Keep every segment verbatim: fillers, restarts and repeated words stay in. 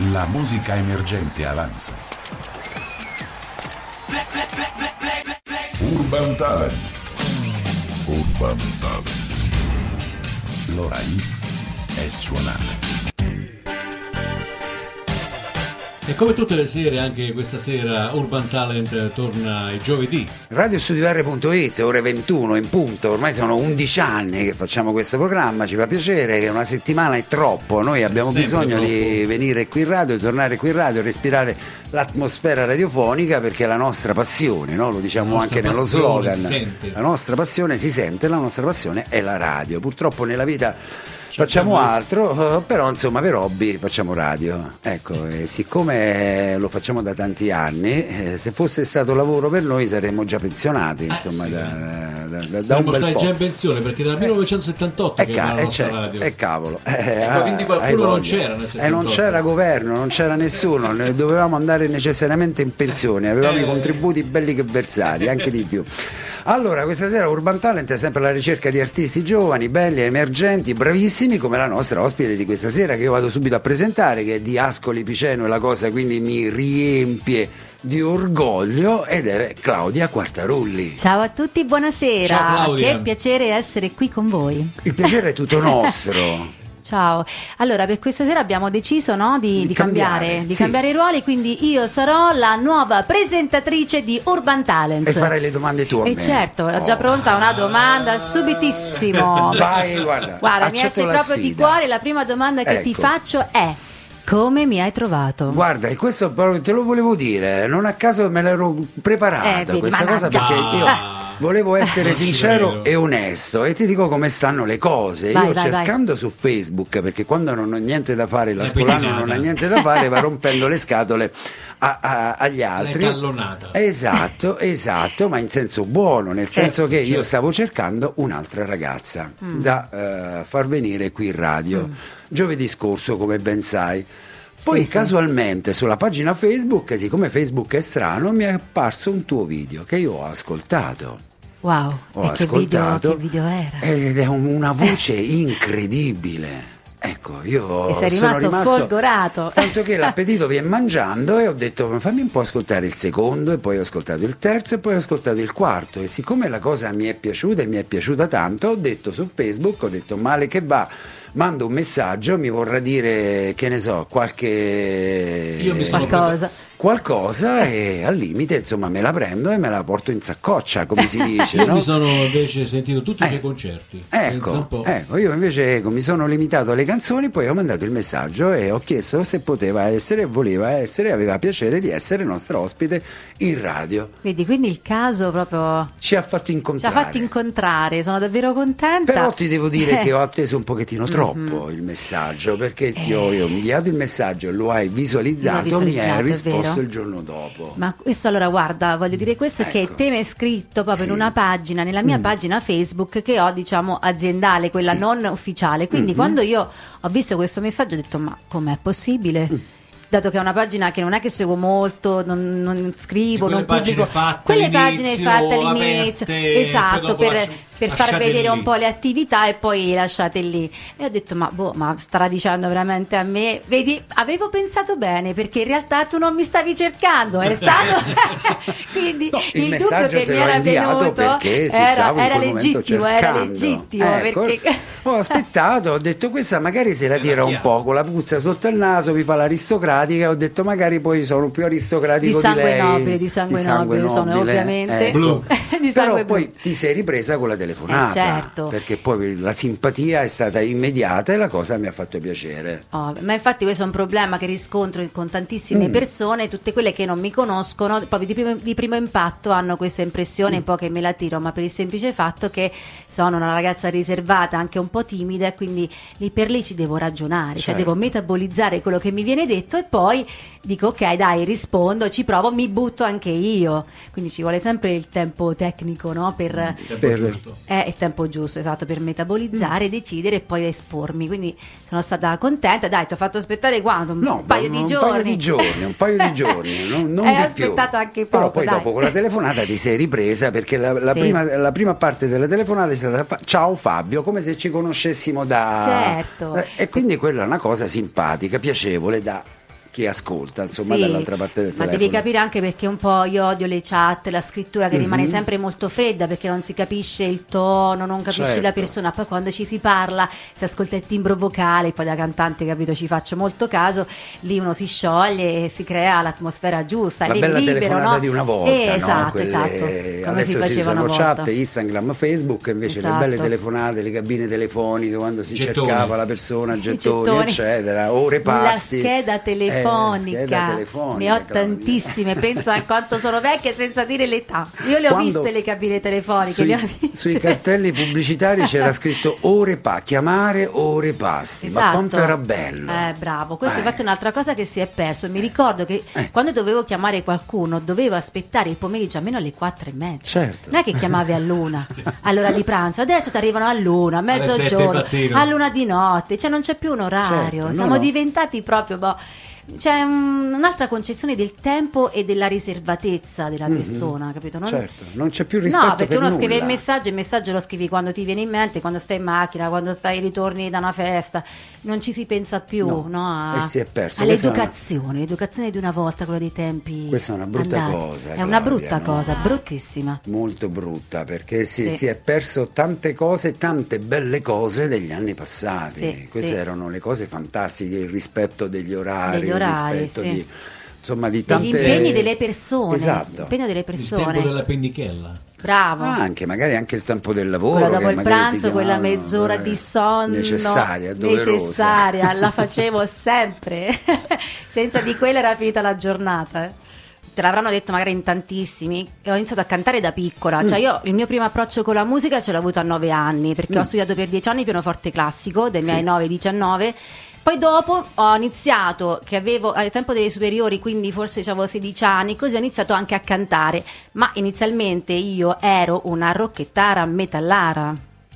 La musica emergente avanza. Urban Talent. Urban Talent. L'ora X è suonata. E come tutte le sere, anche questa sera Urban Talent torna il giovedì. Radio Studio R punto it, ore ventuno in punto. Ormai sono undici anni che facciamo questo programma, ci fa piacere, che una settimana è troppo. Noi abbiamo Sempre bisogno troppo. di venire qui in radio, di tornare qui in radio, respirare l'atmosfera radiofonica, perché è la nostra passione, no? Lo diciamo La anche nostra nello passione slogan. si sente. La nostra passione si sente, la nostra passione è la radio. Purtroppo nella vita facciamo Certo. altro, però insomma per hobby facciamo radio. Ecco, e siccome lo facciamo da tanti anni, eh, se fosse stato lavoro per noi saremmo già pensionati, insomma, sì. da, da, da, da un Saremmo bel stati po'. già in pensione, perché dal millenovecentosettantotto E che ca- era la eh, nostra certo, radio. e cavolo, eh, Ecco, quindi ah, qualcuno hai non voglia. c'era nel E non settantotto. c'era governo, non c'era nessuno, ne- dovevamo andare necessariamente in pensione, avevamo Eh. i contributi belli che versati, anche di più. Allora, questa sera Urban Talent è sempre alla ricerca di artisti giovani, belli, emergenti, bravissimi, come la nostra ospite di questa sera, che io vado subito a presentare, che è di Ascoli Piceno e la cosa quindi mi riempie di orgoglio, ed è Claudia Quartarulli. Ciao a tutti, buonasera. Ciao, Claudia. Che piacere essere qui con voi. Il piacere è tutto nostro. Ciao. Allora, per questa sera abbiamo deciso, no, di, Di di cambiare, cambiare, di sì. cambiare i ruoli, quindi io sarò la nuova presentatrice di Urban Talent. E farai le domande tu a E me. certo, ho già Oh. pronta una domanda subitissimo. Vai, guarda. Guarda, mi accetto esce la proprio di sfida. cuore. La prima domanda che ti Ecco. faccio è: come mi hai trovato? Guarda, e questo proprio te lo volevo dire, non a caso me l'ero preparata Eh, vedi, questa cosa, mannaggia. perché io Ah. volevo essere Non ci sincero credo. e onesto, e ti dico come stanno le cose. Vai, Io vai, cercando su Facebook, perché quando non ho niente da fare, L'hai l'ascolano pedinata. non ha niente da fare, va rompendo le scatole a- a- agli altri. L'hai tallonata. Esatto, esatto, ma in senso buono, nel senso che io certo. stavo cercando un'altra ragazza Mm. da eh, far venire qui in radio giovedì scorso, come ben sai. Poi Sì, sì. casualmente sulla pagina Facebook, siccome Facebook è strano, mi è apparso un tuo video che io ho ascoltato. Wow, Ho e che video, ascoltato che video era? ed è un- una voce incredibile. Ecco, io E sei sono rimasto rimasto folgorato. tanto che l'appetito viene mangiando, e ho detto "Ma fammi un po' ascoltare il secondo", e poi ho ascoltato il terzo, e poi ho ascoltato il quarto, e siccome la cosa mi è piaciuta e mi è piaciuta tanto, ho detto su Facebook, ho detto "male che va", mando un messaggio, mi vorrà dire, che ne so, qualche Io mi sono Qualcosa. qualcosa, e al limite insomma me la prendo e me la porto in saccoccia, come si dice, Io no? mi sono invece sentito tutti i Eh, suoi concerti. Pensa un Ecco, po'. ecco, io invece ecco, mi sono limitato alle canzoni, poi ho mandato il messaggio e ho chiesto se poteva essere, voleva essere, aveva piacere di essere nostra ospite in radio. Vedi, quindi il caso proprio Ci ha fatto ci ha incontrare. fatti incontrare, sono davvero contenta. Però ti devo dire Eh. che ho atteso un pochettino troppo il messaggio, perché ti ho, io ho inviato il messaggio, lo hai visualizzato, L'ho mi hai visualizzato, è risposto vero. il giorno dopo. Ma questo, allora, guarda, voglio dire questo, Ecco. che te mi hai scritto proprio Sì. in una pagina, nella mia Mm. pagina Facebook, che ho, diciamo, aziendale, quella Sì. non ufficiale. Quindi Mhm. quando io ho visto questo messaggio ho detto: ma com'è possibile? Mm. Dato che è una pagina che non è che seguo molto, non, non scrivo, Di quelle non pagine pubblico fatte quelle pagine all'inizio, fatte all'inizio, aperte, poi esatto, dopo per, lasci- per far lasciate vedere lì. un po' le attività e poi lasciate lì. E ho detto: ma boh, ma starà dicendo veramente a me? Vedi, avevo pensato bene, perché in realtà tu non mi stavi cercando, è stato quindi No, il il, dubbio messaggio che te mi l'ho era inviato venuto perché ti era, stavo in era quel momento legittimo, era cercando. legittimo, Ecco, perché ho aspettato, ho detto questa magari se la tira un chiaro. po' con la puzza sotto il naso, mi fa l'aristocratica, e ho detto magari poi sono più aristocratico Di di, sangue lei. nobile, di sangue nobile sono, nobile, ovviamente. ecco. Blu. Di Però sangue poi blu. ti sei ripresa con la telefonata, Eh, certo. perché poi la simpatia è stata immediata e la cosa mi ha fatto piacere. Oh, ma infatti questo è un problema che riscontro con tantissime Mm. persone, tutte quelle che non mi conoscono, proprio di primo, di primo impatto hanno questa impressione, Mm. un po' che me la tiro, ma per il semplice fatto che sono una ragazza riservata, anche un po' timida, e quindi lì per lì ci devo ragionare, cioè Certo. devo metabolizzare quello che mi viene detto e poi dico ok, dai, rispondo, ci provo, mi butto anche io. Quindi ci vuole sempre il tempo tecnico, no? Per Il tempo Per- giusto. è il tempo giusto, esatto, per metabolizzare, decidere e poi espormi. Quindi sono stata contenta. Dai, ti ho fatto aspettare quanto? Un No, paio un, di un giorni. paio di giorni, un paio di giorni, non, non Hai di aspettato più. anche Però poco, poi dai. dopo con la telefonata ti sei ripresa, perché la, la Sì. prima, la prima parte della telefonata è stata fa- ciao Fabio, come se ci conoscessimo da... Certo. Eh, e quindi quella è una cosa simpatica, piacevole da chi ascolta, insomma, Sì, dall'altra parte del ma telefono. devi capire anche perché un po' io odio le chat, la scrittura che Mhm. rimane sempre molto fredda perché non si capisce il tono, non capisci Certo. la persona, poi quando ci si parla si ascolta il timbro vocale, poi da cantante, capito, ci faccio molto caso, lì uno si scioglie e si crea l'atmosfera giusta, La è bella libero, telefonata no? di una volta, Eh, no? esatto, Quelle- esatto, come adesso si faceva una usano volta. chat, Instagram, Facebook, invece Esatto. le belle telefonate, le cabine telefoniche, quando si Gettoni. cercava la persona, I gettoni, gettoni. eccetera, ore pasti. La scheda telefonica, Eh, scheda telefonica, ne ho Claudia. tantissime, pensa a quanto sono vecchie senza dire l'età. Io le ho Quando viste le cabine telefoniche, sui, le ho viste. sui cartelli pubblicitari c'era scritto ore pa, chiamare ore pasti, ma Esatto. quanto era bello. Eh, bravo, questo Eh. infatti è un'altra cosa che si è perso. Mi ricordo che Eh. quando dovevo chiamare qualcuno dovevo aspettare il pomeriggio almeno alle quattro e mezza. Certo. Non è che chiamavi all'una, all'ora di pranzo, adesso ti arrivano all'una, a Alle sette del mezzogiorno, mattino. all'una di notte, cioè non c'è più un orario, Certo, no, siamo no. diventati proprio boh, c'è un- un'altra concezione del tempo e della riservatezza della persona, capito? Non- Certo, non c'è più rispetto No, perché per uno scrive il nulla. messaggio, il messaggio lo scrivi quando ti viene in mente, quando stai in macchina, quando stai ritorni da una festa, non ci si pensa più, No, no, a- e si è perso. Questa è una- all'educazione, l'educazione di una volta, quella dei tempi. Questa è una brutta andati. cosa, È una Claudia, brutta no? cosa, bruttissima. Molto brutta, perché si, Sì. si è perso tante cose, tante belle cose degli anni passati. Sì, Queste sì. erano le cose fantastiche, il rispetto degli orari, Degli orari, il rispetto sì. di, insomma, di Degli tante... impegni delle persone, Esatto. l'impegno delle Il persone. tempo della pennichella. Bravo. Ah, anche magari anche il tempo del lavoro, Quella dopo che il magari ti pranzo, quella chiamavano, mezz'ora eh, di sonno necessaria, doverosa. necessaria, la facevo sempre. Senza di quella era finita la giornata. eh. Te l'avranno detto magari in tantissimi. E ho iniziato a cantare da piccola, cioè io il mio primo approccio con la musica ce l'ho avuto a nove anni, perché ho studiato per dieci anni pianoforte classico, dai Sì. miei nove diciannove. Poi dopo ho iniziato, che avevo al tempo delle superiori, quindi forse avevo sedici anni, così ho iniziato anche a cantare, ma inizialmente io ero una rocchettara metallara.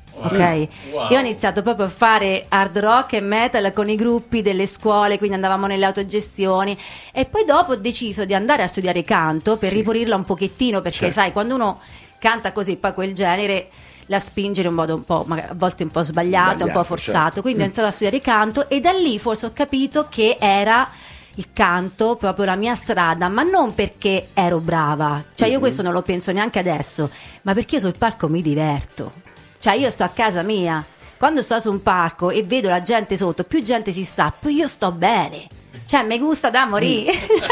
Ok, Wow. io ho iniziato proprio a fare hard rock e metal con i gruppi delle scuole, quindi andavamo nelle autogestioni e poi dopo ho deciso di andare a studiare canto per Sì. ripulirla un pochettino, perché Certo. sai, quando uno canta così, poi quel genere la spinge in un modo un po', magari a volte un po' sbagliato, un po' Sbagliato, forzato, certo. quindi ho iniziato a studiare canto e da lì forse ho capito che era il canto proprio la mia strada, ma non perché ero brava, cioè io questo non lo penso neanche adesso, ma perché io sul palco mi diverto, cioè io sto a casa mia, quando sto su un palco e vedo la gente sotto, più gente ci sta, più io sto bene. Cioè, mi gusta da morire.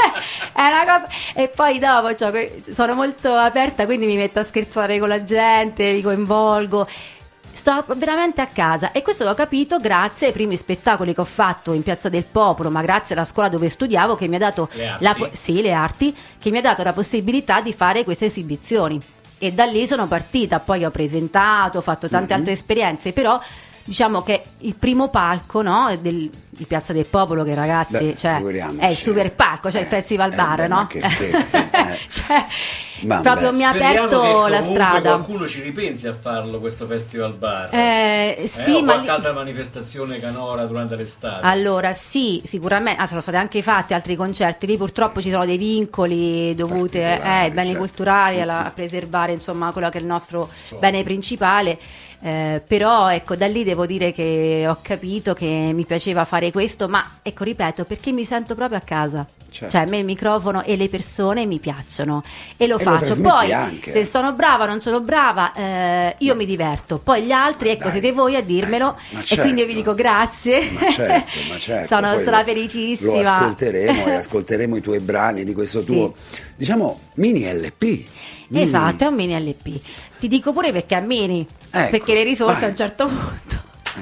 È una cosa. E poi dopo cioè, que- sono molto aperta, quindi mi metto a scherzare con la gente, li coinvolgo. Sto veramente a casa e questo l'ho capito grazie ai primi spettacoli che ho fatto in Piazza del Popolo, ma grazie alla scuola dove studiavo che mi ha dato Le arti. la po- sì, le arti, che mi ha dato la possibilità di fare queste esibizioni. E da lì sono partita, poi ho presentato, ho fatto tante altre esperienze, però diciamo che il primo palco, no, del, di Piazza del Popolo, che ragazzi, Beh, cioè, figuriamoci. è il super palco, cioè il Eh, festival eh, bar, beh, no? ma che scherzi, eh. Cioè, Ma proprio beh, mi ha Speriamo aperto che la comunque strada. qualcuno ci ripensi a farlo questo festival bar. Eh, Eh, sì, o ma qualche lì- altra manifestazione canora durante l'estate. allora sì, sicuramente ah, sono stati anche fatti altri concerti, lì purtroppo ci sono dei vincoli dovuti eh, Particolari, ai beni certo. culturali, alla- a preservare insomma quello che è il nostro bene principale, eh, però ecco da lì devo dire che ho capito che mi piaceva fare questo, ma ecco ripeto perché mi sento proprio a casa. Certo. Cioè a me il microfono e le persone mi piacciono e lo E lo faccio, trasmetti poi anche. se sono brava o non sono brava eh, io mi diverto, poi gli altri ecco Dai. siete voi a dirmelo Eh, ma e quindi io vi certo. dico grazie. Ma certo, ma certo. Sono poi lo- strafelicissima. Lo ascolteremo e ascolteremo i tuoi brani di questo Sì. tuo, diciamo, mini L P. Mini- Esatto, è un mini L P. Ti dico pure perché è mini, Ecco, perché le risorse vai. a un certo punto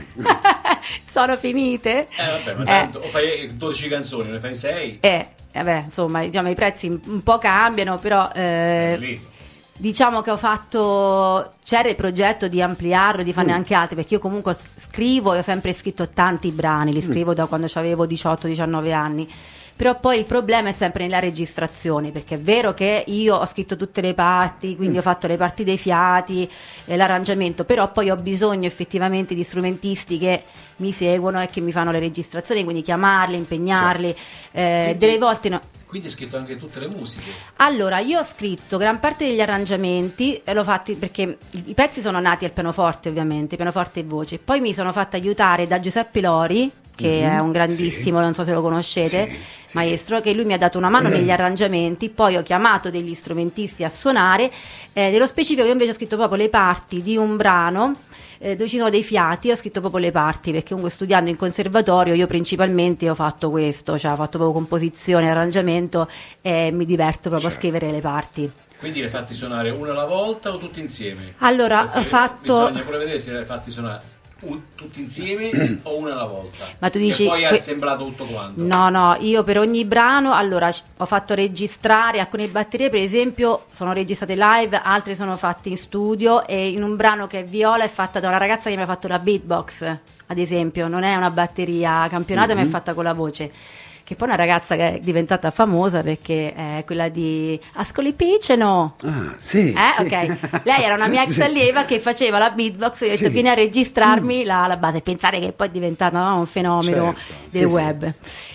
sono finite. Eh vabbè, ma Eh, tanto o fai dodici canzoni, ne fai sei? eh, vabbè, insomma, diciamo i prezzi un po' cambiano, però eh, lì. diciamo che ho fatto, c'era il progetto di ampliarlo, di farne Mm. anche altri, perché io comunque s- scrivo e ho sempre scritto tanti brani, Mm. li scrivo da quando avevo diciotto diciannove anni. Però poi il problema è sempre nella registrazione, perché è vero che io ho scritto tutte le parti, quindi Mm. ho fatto le parti dei fiati, eh, l'arrangiamento, però poi ho bisogno effettivamente di strumentisti che mi seguono e che mi fanno le registrazioni, quindi chiamarli, impegnarli, eh, Quindi- delle volte no. Quindi hai scritto anche tutte le musiche. Allora, io ho scritto gran parte degli arrangiamenti, e l'ho fatti perché i i pezzi sono nati al pianoforte ovviamente, pianoforte e voce, poi mi sono fatta aiutare da Giuseppe Lori, che Mhm, è un grandissimo, sì. non so se lo conoscete, Sì, sì. maestro, che lui mi ha dato una mano negli arrangiamenti, poi ho chiamato degli strumentisti a suonare, eh, nello specifico io invece ho scritto proprio le parti di un brano eh, dove ci sono dei fiati, ho scritto proprio le parti, perché comunque studiando in conservatorio io principalmente ho fatto questo, cioè ho fatto proprio composizione, arrangiamento e mi diverto proprio Certo. a scrivere le parti. Quindi le hai fatti suonare una alla volta o tutti insieme? Allora, Perché ho fatto... Bisogna pure vedere se le hai fatti suonare un- tutti insieme o una alla volta. Ma tu dici E poi hai que- assemblato tutto quanto. No, no, io per ogni brano, allora c- ho fatto registrare alcune batterie, per esempio, sono registrate live, altre sono fatte in studio, e in un brano che è Viola è fatta da una ragazza che mi ha fatto la beatbox, ad esempio, non è una batteria campionata, ma è fatta con la voce. Che poi è una ragazza che è diventata famosa perché è quella di Ascoli Piceno. Ah, sì, Eh, sì. ok. Lei era una mia ex Sì. allieva che faceva la beatbox e ho detto Sì. vieni a registrarmi la, la base, e pensare che poi è diventata, no, un fenomeno Certo, del sì, web.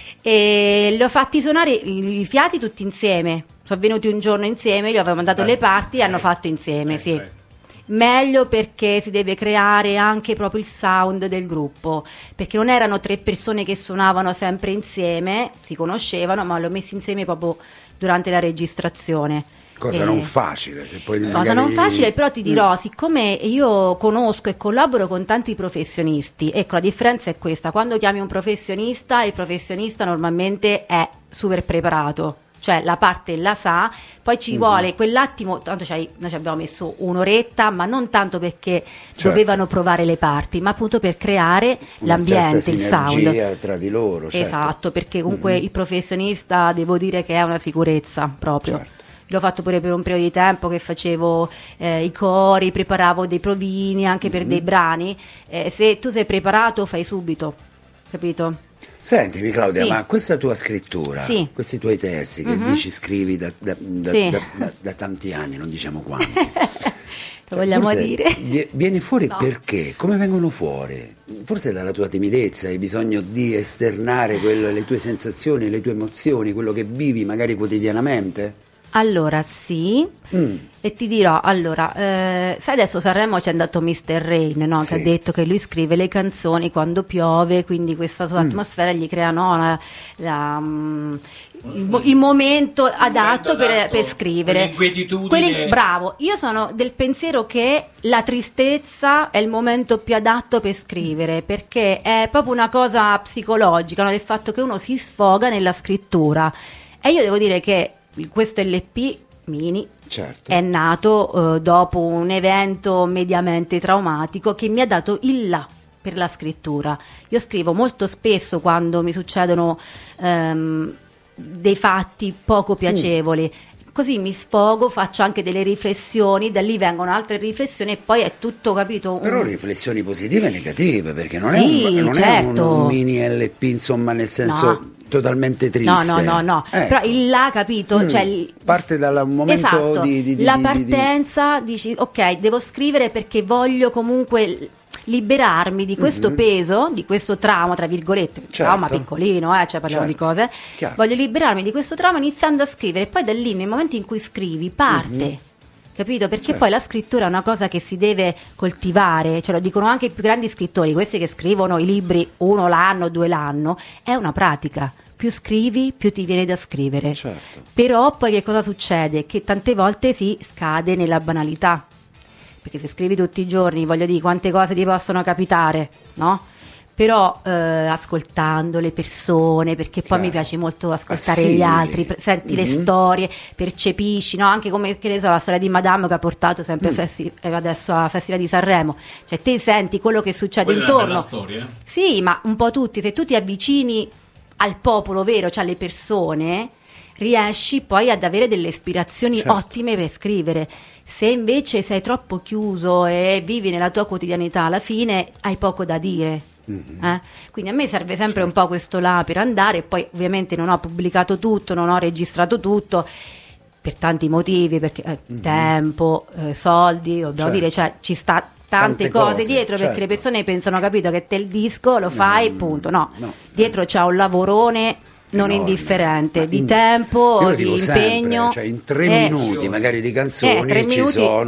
E li ho fatti suonare i, i fiati tutti insieme. Sono venuti un giorno insieme, gli avevo mandato Eh, le parti e hanno eh, fatto insieme, eh, sì. eh. Meglio, perché si deve creare anche proprio il sound del gruppo, perché non erano tre persone che suonavano sempre insieme, si conoscevano, ma li ho messi insieme proprio durante la registrazione. Cosa Eh, non facile, se poi Cosa magari- non facile, però ti dirò, Mm. siccome io conosco e collaboro con tanti professionisti, ecco, la differenza è questa: quando chiami un professionista, il professionista normalmente è super preparato, cioè la parte la sa, poi ci vuole quell'attimo, tanto c'hai- noi ci abbiamo messo un'oretta, ma non tanto perché Certo. dovevano provare le parti, ma appunto per creare Una l'ambiente, certa il sound. sinergia tra di loro, certo. Esatto, perché comunque il professionista, devo dire che è una sicurezza proprio. Certo. L'ho fatto pure per un periodo di tempo che facevo eh, i cori, preparavo dei provini anche per dei brani. Eh, se tu sei preparato, fai subito, capito? Sentimi Claudia, Sì. ma questa tua scrittura, Sì. questi tuoi testi che Mhm. dici scrivi da, da- da- Sì. da- da- da tanti anni, non diciamo quanti. Lo vogliamo Forse dire? vie- Vieni fuori No. perché? Come vengono fuori? Forse dalla tua timidezza, hai bisogno di esternare quello- le tue sensazioni, le tue emozioni, quello che vivi magari quotidianamente? Allora sì, Mm. e ti dirò, allora, eh, sai, adesso Sanremo c'è andato mister Rain, no? Sì. Che ha detto che lui scrive le canzoni quando piove, quindi questa sua Mm. atmosfera gli crea, no, la- la, mm, il, mo- il momento adatto per, adatto, per scrivere. quell'inquietudine. Quelli- bravo, io sono del pensiero che la tristezza è il momento più adatto per scrivere, perché è proprio una cosa psicologica, no? Del fatto che uno si sfoga nella scrittura. E io devo dire che questo L P mini Certo. è nato eh, dopo un evento mediamente traumatico che mi ha dato il là per la scrittura. Io scrivo molto spesso quando mi succedono ehm, dei fatti poco piacevoli. Così mi sfogo, faccio anche delle riflessioni, da lì vengono altre riflessioni e poi è tutto, capito? un- Però riflessioni positive e negative, perché non Sì, è, un, non certo. è un, un mini L P, insomma, nel senso No. totalmente No, triste. no, no, no. Ecco. Però il là, capito? Mm. Cioè, il- Parte dal momento esatto. di, di- di- la di- di- di- partenza, dici, ok, devo scrivere perché voglio comunque liberarmi di questo Mhm. peso, di questo trauma, tra virgolette, Certo. trauma piccolino, eh, cioè parliamo Certo. di cose. Chiaro. Voglio liberarmi di questo trauma iniziando a scrivere, poi da lì, nel momento in cui scrivi, parte. Mhm. Capito? Perché Certo. poi la scrittura è una cosa che si deve coltivare, ce lo dicono anche i più grandi scrittori, questi che scrivono i libri uno l'anno, due l'anno, è una pratica. Più scrivi, più ti viene da scrivere. Certo. Però poi che cosa succede? Che tante volte si scade nella banalità. Perché se scrivi tutti i giorni, voglio dire, quante cose ti possono capitare, no? Però eh, ascoltando le persone, perché poi Chiaro. mi piace molto ascoltare Assimili. gli altri, pre- senti le Mhm. storie, percepisci, no? Anche come, che ne so, la storia di Madame che ha portato sempre Mm. festi- eh, adesso alla Festival di Sanremo. Cioè te senti quello che succede Quella è una bella intorno. storia. Sì, ma un po' tutti, se tu ti avvicini al popolo vero, cioè alle persone, riesci poi ad avere delle ispirazioni Certo. ottime per scrivere. Se invece sei troppo chiuso e vivi nella tua quotidianità, alla fine hai poco da dire. Mhm. Eh? Quindi a me serve sempre un po' questo là per andare, e poi ovviamente non ho pubblicato tutto, non ho registrato tutto per tanti motivi, perché eh, tempo, eh, soldi, dobbiamo Certo. dire, cioè ci sta Tante tante, cose, cose, dietro, perché certo. le persone pensano, capito, che te il disco lo fai, Mm, punto. No, no. dietro c'è un lavorone non Enorme. indifferente Ma di in- tempo, io lo di dico sempre, impegno. cioè in tre Eh, minuti magari di canzoni Eh, tre ci minuti,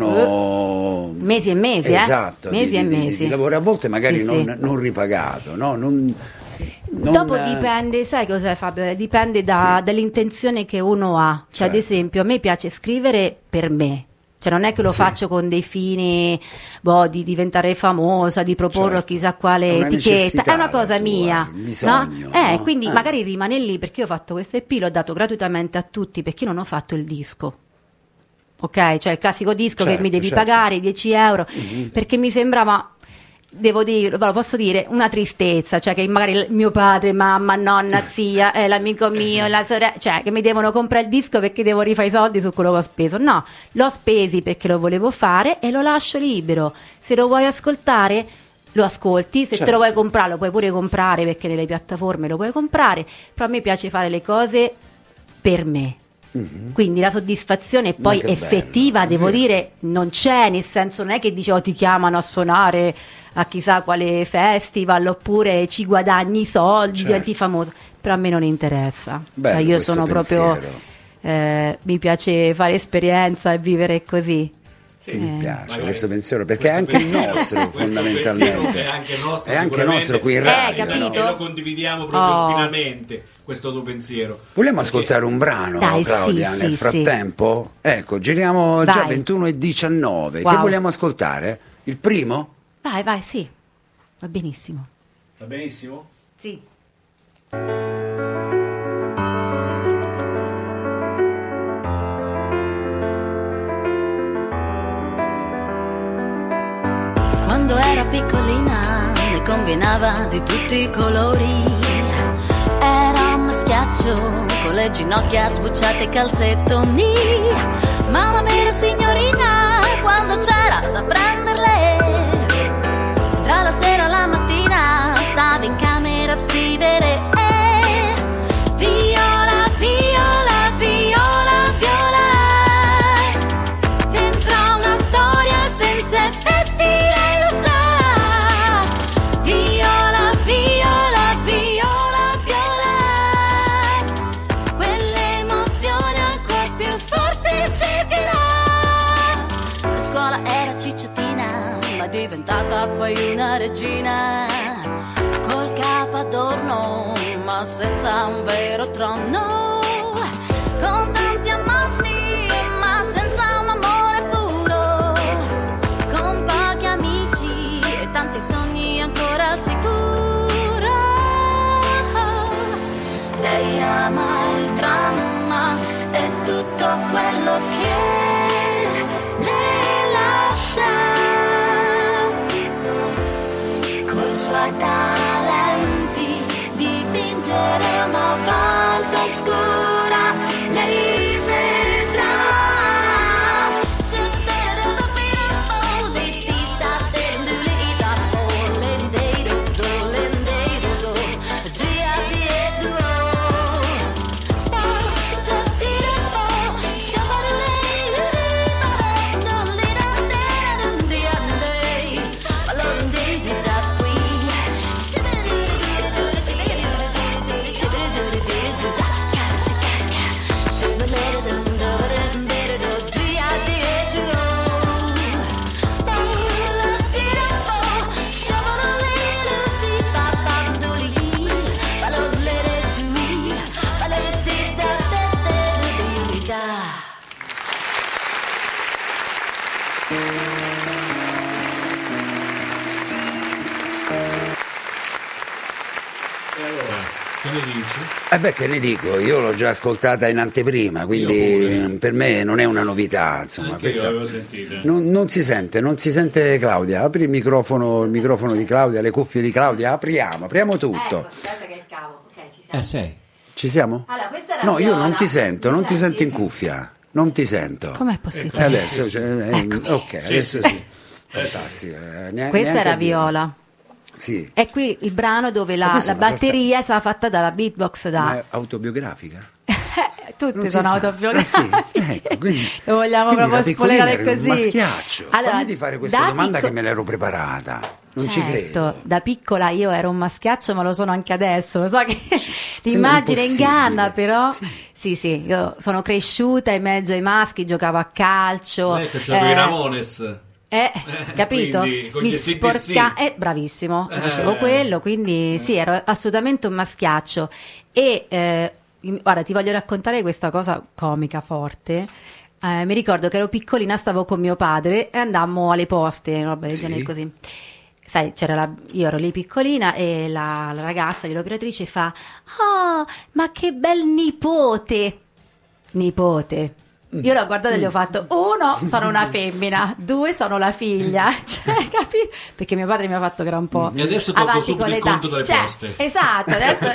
sono mesi e mesi, eh. esatto, Mesi di, e di- di- mesi. di lavoro a volte magari Sì, non, sì. non ripagato, no? Non- Non- Dopo dipende, sai cos'è Fabio? Dipende da- Sì. dall'intenzione che uno ha. Cioè, Certo. ad esempio, a me piace scrivere per me. Cioè, non è che lo Sì. faccio con dei fini boh, di diventare famosa, di proporlo Certo. a chissà quale È una etichetta. necessità È una cosa la tua, mia. il bisogno, no? Eh, no? quindi Eh. magari rimane lì perché io ho fatto questo E P, l'ho dato gratuitamente a tutti perché io non ho fatto il disco. Ok? Cioè il classico disco che Certo, mi devi certo. pagare dieci euro perché mi sembrava. Devo dire, lo posso dire, una tristezza, cioè che magari il mio padre, mamma, nonna, zia, eh, l'amico mio, la sorella, cioè che mi devono comprare il disco perché devo rifare i soldi su quello che ho speso. No, l'ho spesi perché lo volevo fare e lo lascio libero. Se lo vuoi ascoltare, lo ascolti, se te Certo. lo vuoi comprare, lo puoi pure comprare perché nelle piattaforme lo puoi comprare, però a me piace fare le cose per me. Quindi la soddisfazione poi che effettiva, bello, è devo vero. dire, non c'è, nel senso non è che dicevo ti chiamano a suonare a chissà quale festival oppure ci guadagni i soldi, Certo. diventi famoso, però a me non interessa. Bello Cioè, io questo sono proprio, pensiero. eh, mi piace fare esperienza e vivere così. Sì. Mi Eh. piace Magari questo pensiero perché è questo anche il pensiero- nostro questo fondamentalmente. pensiero è anche nostro, È anche sicuramente. nostro qui in Eh, radio. capito? E lo condividiamo proprio Oh. pienamente questo tuo pensiero. Vogliamo Perché- ascoltare un brano, Dai, Claudia, sì, nel sì, frattempo? Ecco, giriamo già Vai. ventuno e diciannove. Che Wow. vogliamo ascoltare? Il primo? Vai, vai, sì, va benissimo. Va benissimo? Sì. Quando era piccolina ne combinava di tutti i colori. Era un maschiaccio con le ginocchia sbucciate e calzettoni. Ma una vera signorina quando c'era da prenderle. Tra la sera e la mattina stava in camera a scrivere. Eh, viola, viola, viola, viola. Dentro una storia senza effetti lei lo sa. Viola, viola, viola, viola. Quell'emozione ancora più forte cercherà. La scuola era cicciottina, ma è diventata poi una regina. Col capo adorno, ma senza un vero trono. Con tanti amanti, ma senza un amore puro. Con pochi amici e tanti sogni ancora al sicuro. Lei ama il dramma e tutto quello che le lascia. Coi suoi talenti dipingere una volta oscura, lei vedrà. E allora, che ne dici? Eh beh, che ne dico, io l'ho già ascoltata in anteprima, Io quindi pure. per me non è una novità, insomma. Anche io questa- l'avevo sentita. Non, non si sente, non si sente Claudia. Apri il microfono, il microfono di Claudia, le cuffie di Claudia, apriamo, apriamo tutto. Ecco, aspetta che è il cavo. Ok, ci siamo. Eh, sei. Ci siamo? Allora, questa era No, io Viola. non ti sento, non Mi ti sento in senti? cuffia. Non ti sento. Com'è E possibile? adesso, sì, cioè, eh, ok, Sì, adesso sì. sì. Fantastico. eh, neanche- Questa neanche era a dire. Viola. Sì. È qui il brano dove Ma la, questa la è una batteria è stata fatta dalla beatbox Ma da... è autobiografica? Tutte Non si sono sa. autobiografiche. Eh sì, ecco, quindi- Lo vogliamo quindi proprio da piccolina spoilerare eri un così. maschiaccio. Allora, Fammi di fare questa da domanda picco- che me l'ero preparata. Non ci Certo, credo. da piccola io ero un maschiaccio, ma lo sono anche adesso. Lo so che l'immagine impossibile. inganna, però Sì. sì, sì, io sono cresciuta in mezzo ai maschi, giocavo a calcio. Lei faceva eh, i Ramones. Eh, capito? Quindi, con Mi gli S T C. sporca... Eh, bravissimo, Eh. facevo quello, quindi sì, ero assolutamente un maschiaccio. E eh, guarda, ti voglio raccontare questa cosa comica forte. Eh, mi ricordo che ero piccolina, stavo con mio padre e andammo alle poste, una roba del Sì. genere così. Sai, c'era la, io ero lì piccolina e la, la ragazza, l'operatrice fa: "Oh, ma che bel nipote!" Nipote. Io l'ho guardata e gli ho fatto: uno, sono una femmina, due, sono la figlia, cioè, capito? Perché mio padre mi ha fatto che era un po' E adesso tolgo avanti subito con il l'età. conto delle Cioè, poste. esatto, adesso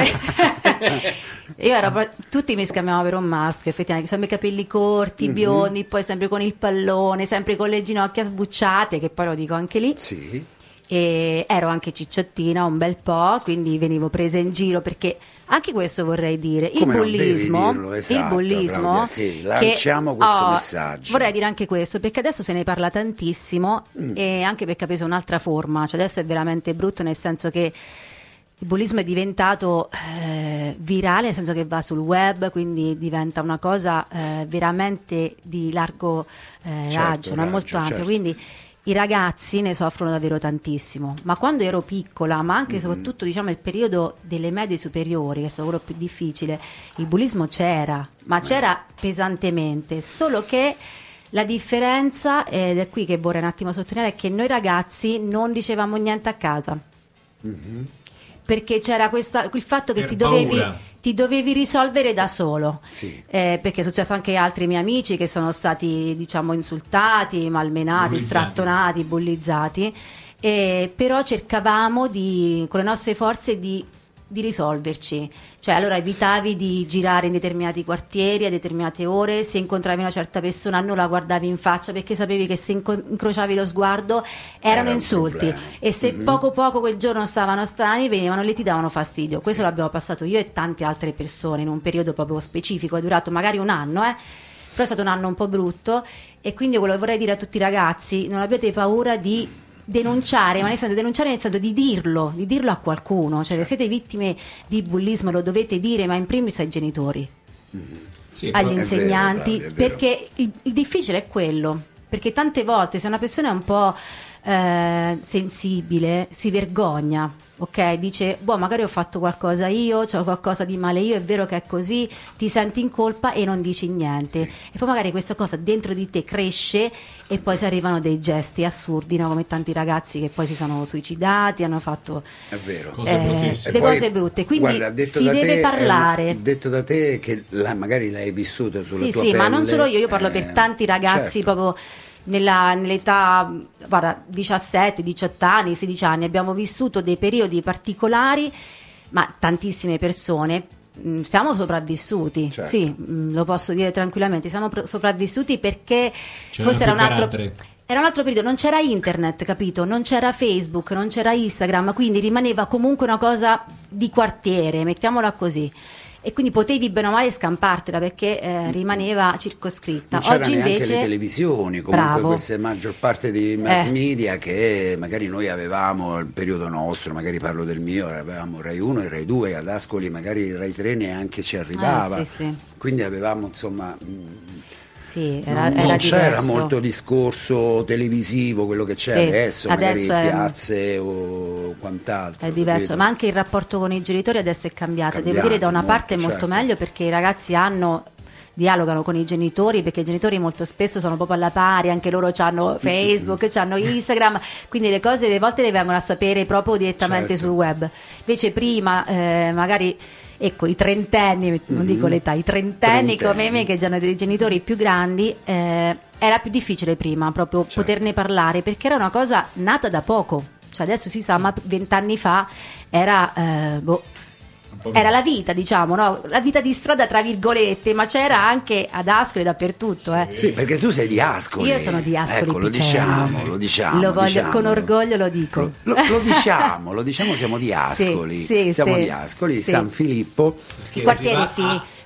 io ero pro- tutti mi scambiavano per un maschio, effettivamente, sempre i capelli corti, biondi, poi sempre con il pallone, sempre con le ginocchia sbucciate, che poi lo dico anche lì. Sì. E ero anche cicciottina un bel po', quindi venivo presa in giro, perché anche questo vorrei dire, il Come no, devi bullismo, dirlo, esatto, il bullismo Claudia, sì, lanciamo che- questo oh, messaggio. Vorrei dire anche questo, perché adesso se ne parla tantissimo Mm. e anche perché ha preso un'altra forma, cioè adesso è veramente brutto, nel senso che il bullismo è diventato eh, virale, nel senso che va sul web, quindi diventa una cosa eh, veramente di largo eh, Certo, raggio, no? raggio, Molto ampio, certo. quindi i ragazzi ne soffrono davvero tantissimo. Ma quando ero piccola, ma anche e soprattutto diciamo il periodo delle medie superiori, che è stato quello più difficile, il bullismo c'era, ma c'era pesantemente, solo che la differenza, ed è qui che vorrei un attimo sottolineare, è che noi ragazzi non dicevamo niente a casa. Perché c'era questa, il fatto che Per ti dovevi, paura. ti dovevi risolvere da solo. Sì. Eh, perché è successo anche a altri miei amici che sono stati, diciamo, insultati, malmenati, Bullizzati. strattonati, bullizzati. Eh, però cercavamo di, con le nostre forze di, di risolverci. Cioè, allora evitavi di girare in determinati quartieri a determinate ore, se incontravi una certa persona non la guardavi in faccia, perché sapevi che se inco- incrociavi lo sguardo erano Era un insulti, problema. e se Mhm. poco poco quel giorno stavano strani, venivano lì, ti davano fastidio. Questo l'abbiamo passato io e tante altre persone in un periodo proprio specifico, è durato magari un anno, eh. Però è stato un anno un po' brutto, e quindi quello che vorrei dire a tutti i ragazzi: non abbiate paura di denunciare, ma nel senso denunciare nel senso di dirlo, di dirlo a qualcuno, cioè se siete vittime di bullismo lo dovete dire, ma in primis ai genitori, Sì, agli però- vero, insegnanti, Claudia, è vero. perché il, il difficile è quello, perché tante volte se una persona è un po' eh, sensibile si vergogna, ok? Dice, boh, magari ho fatto qualcosa io, ho qualcosa di male io, è vero che è così, ti senti in colpa e non dici niente, e poi magari questa cosa dentro di te cresce e poi si arrivano dei gesti assurdi, no? Come tanti ragazzi che poi si sono suicidati, hanno fatto È vero. Cose eh, bruttissime. le E poi, cose brutte, quindi guarda, detto si da deve te, è parlare. una- detto da te che la- magari l'hai vissuto sulla Sì, tua sì, ma non pelle, solo io, io parlo eh, per tanti ragazzi certo. proprio nella- nell'età, guarda, diciassette, diciotto anni, sedici anni, abbiamo vissuto dei periodi particolari, ma tantissime persone mh, siamo sopravvissuti, Certo. sì, mh, lo posso dire tranquillamente, siamo pro- sopravvissuti perché C'era forse più era un altro... carattere. Era un altro periodo, non c'era internet, capito? Non c'era Facebook, non c'era Instagram, quindi rimaneva comunque una cosa di quartiere, mettiamola così. E quindi potevi bene o male scampartela perché eh, rimaneva circoscritta. Non c'era Oggi neanche invece le televisioni, comunque Bravo. questa maggior parte di mass Eh. media che magari noi avevamo il periodo nostro, magari parlo del mio, avevamo Rai uno e Rai due, ad Ascoli magari Rai tre neanche ci arrivava, Eh, sì, sì. quindi avevamo insomma... mh, Sì, era, non, era non c'era diverso. molto discorso televisivo, quello che c'è Sì, adesso, magari adesso è- piazze o quant'altro. È diverso, capito? ma anche il rapporto con i genitori adesso è cambiato. Devo Cambiato dire, da una molto, parte è molto certo. meglio perché i ragazzi hanno dialogano con i genitori, perché i genitori molto spesso sono proprio alla pari, anche loro hanno Facebook, hanno Instagram, quindi le cose le volte le vengono a sapere proprio direttamente Certo. sul web. Invece prima eh, magari ecco i trentenni, non dico l'età, i trentenni, Trentenni. come me che già hanno dei genitori più grandi, eh, era più difficile prima proprio Certo. poterne parlare, perché era una cosa nata da poco. Cioè adesso si sa, ma vent'anni fa era eh, boh, Un po' era la vita, diciamo, no? La vita di strada tra virgolette, ma c'era anche ad Ascoli dappertutto, eh. Sì, perché tu sei di Ascoli. Io sono di Ascoli Ecco, lo Piceno. diciamo, lo diciamo. Lo voglio, diciamolo. con orgoglio lo dico. Lo, lo diciamo, lo diciamo, siamo di Ascoli. sì, siamo sì. di Ascoli, Sì. San Filippo. Che Il quartiere si va sì, a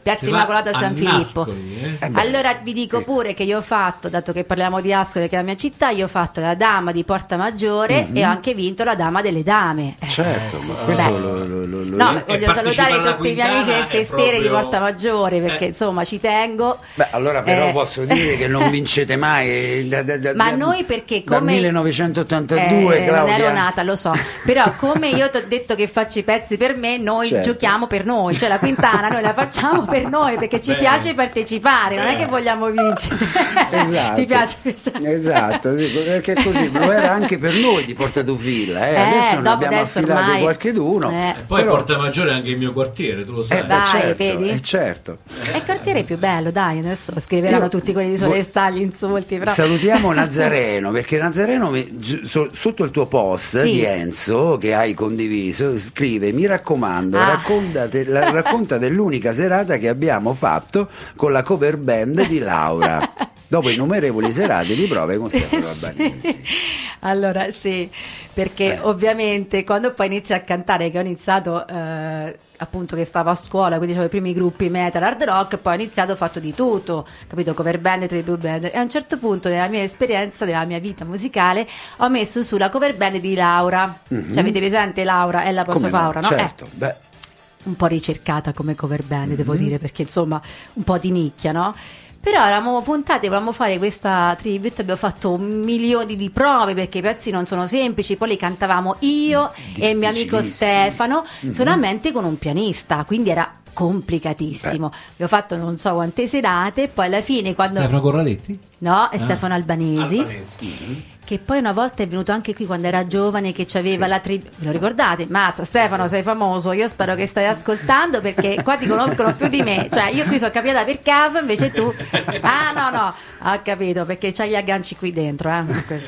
Piazza Si va Immacolata a San Filippo. Nascoli, eh? Eh beh, Allora vi dico pure che io ho fatto, dato che parliamo di Ascoli, che è la mia città, io ho fatto la dama di Porta Maggiore Mhm. e ho anche vinto la dama delle dame. Eh. certo, ma Beh. questo lo, lo, lo, lo- No, E voglio partecipare salutare alla tutti i miei amici Quintana del è sestiere di proprio- Porta Maggiore perché Eh. insomma ci tengo. Beh, allora però Eh. posso dire che non vincete mai da, da, da, Ma da- noi perché dal come millenovecentottantadue, eh, Claudia. non ero nata, lo so, però come io ti ho detto che faccio i pezzi per me, noi Certo. giochiamo per noi, cioè la Quintana noi la facciamo per noi perché ci Bene. piace partecipare, non è che vogliamo vincere. Esatto. Ti piace questa? Esatto, sì, perché così lo era anche per noi di Porta Tufilla, eh. Eh, adesso ne dopo abbiamo adesso affilati ormai- qualcheduno. Eh. E poi però- Porta Maggiore è anche il mio quartiere, tu lo sai. Eh, beh, Dai, certo, vedi? eh, certo. È il quartiere più bello, dai, adesso scriveranno Io- tutti quelli di Solestà gli insulti, però Salutiamo Nazareno, perché Nazareno mi- so- sotto il tuo post Sì. di Enzo che hai condiviso scrive: mi raccomando, Ah. raccontate- la- racconta dell'unica serata che abbiamo fatto con la cover band di Laura dopo innumerevoli serate di prove con Stefano Sì. Albanesi. Allora sì, perché Eh. ovviamente quando poi inizi a cantare, che ho iniziato eh, appunto che stavo a scuola, quindi avevo i primi gruppi metal, hard rock, poi ho iniziato, ho fatto di tutto, capito, cover band, tribute band, e a un certo punto nella mia esperienza, nella mia vita musicale, ho messo su la cover band di Laura. Mhm. Cioè avete presente Laura? È la Come posso no? Faura, no? Certo, Eh, beh, un po' ricercata come cover band, Mhm. devo dire, perché insomma un po' di nicchia, no? Però eravamo puntati, volevamo fare questa tribute, abbiamo fatto milioni di prove perché i pezzi non sono semplici, poi li cantavamo io e il mio amico Difficilissimi. Stefano, Mhm. solamente con un pianista, quindi era complicatissimo. Abbiamo fatto non so quante serate, poi alla fine quando... Stefano Corradetti? No, è Stefano Albanesi. Albanesi. Che poi una volta è venuto anche qui quando era giovane, che c'aveva la tribù. Ve lo ricordate? Mazza, Stefano, sei famoso. Io spero che stai ascoltando perché qua ti conoscono più di me. Cioè, io qui sono capitata per caso, invece tu. Ah, no, no, ho capito perché c'hai gli agganci qui dentro. Eh?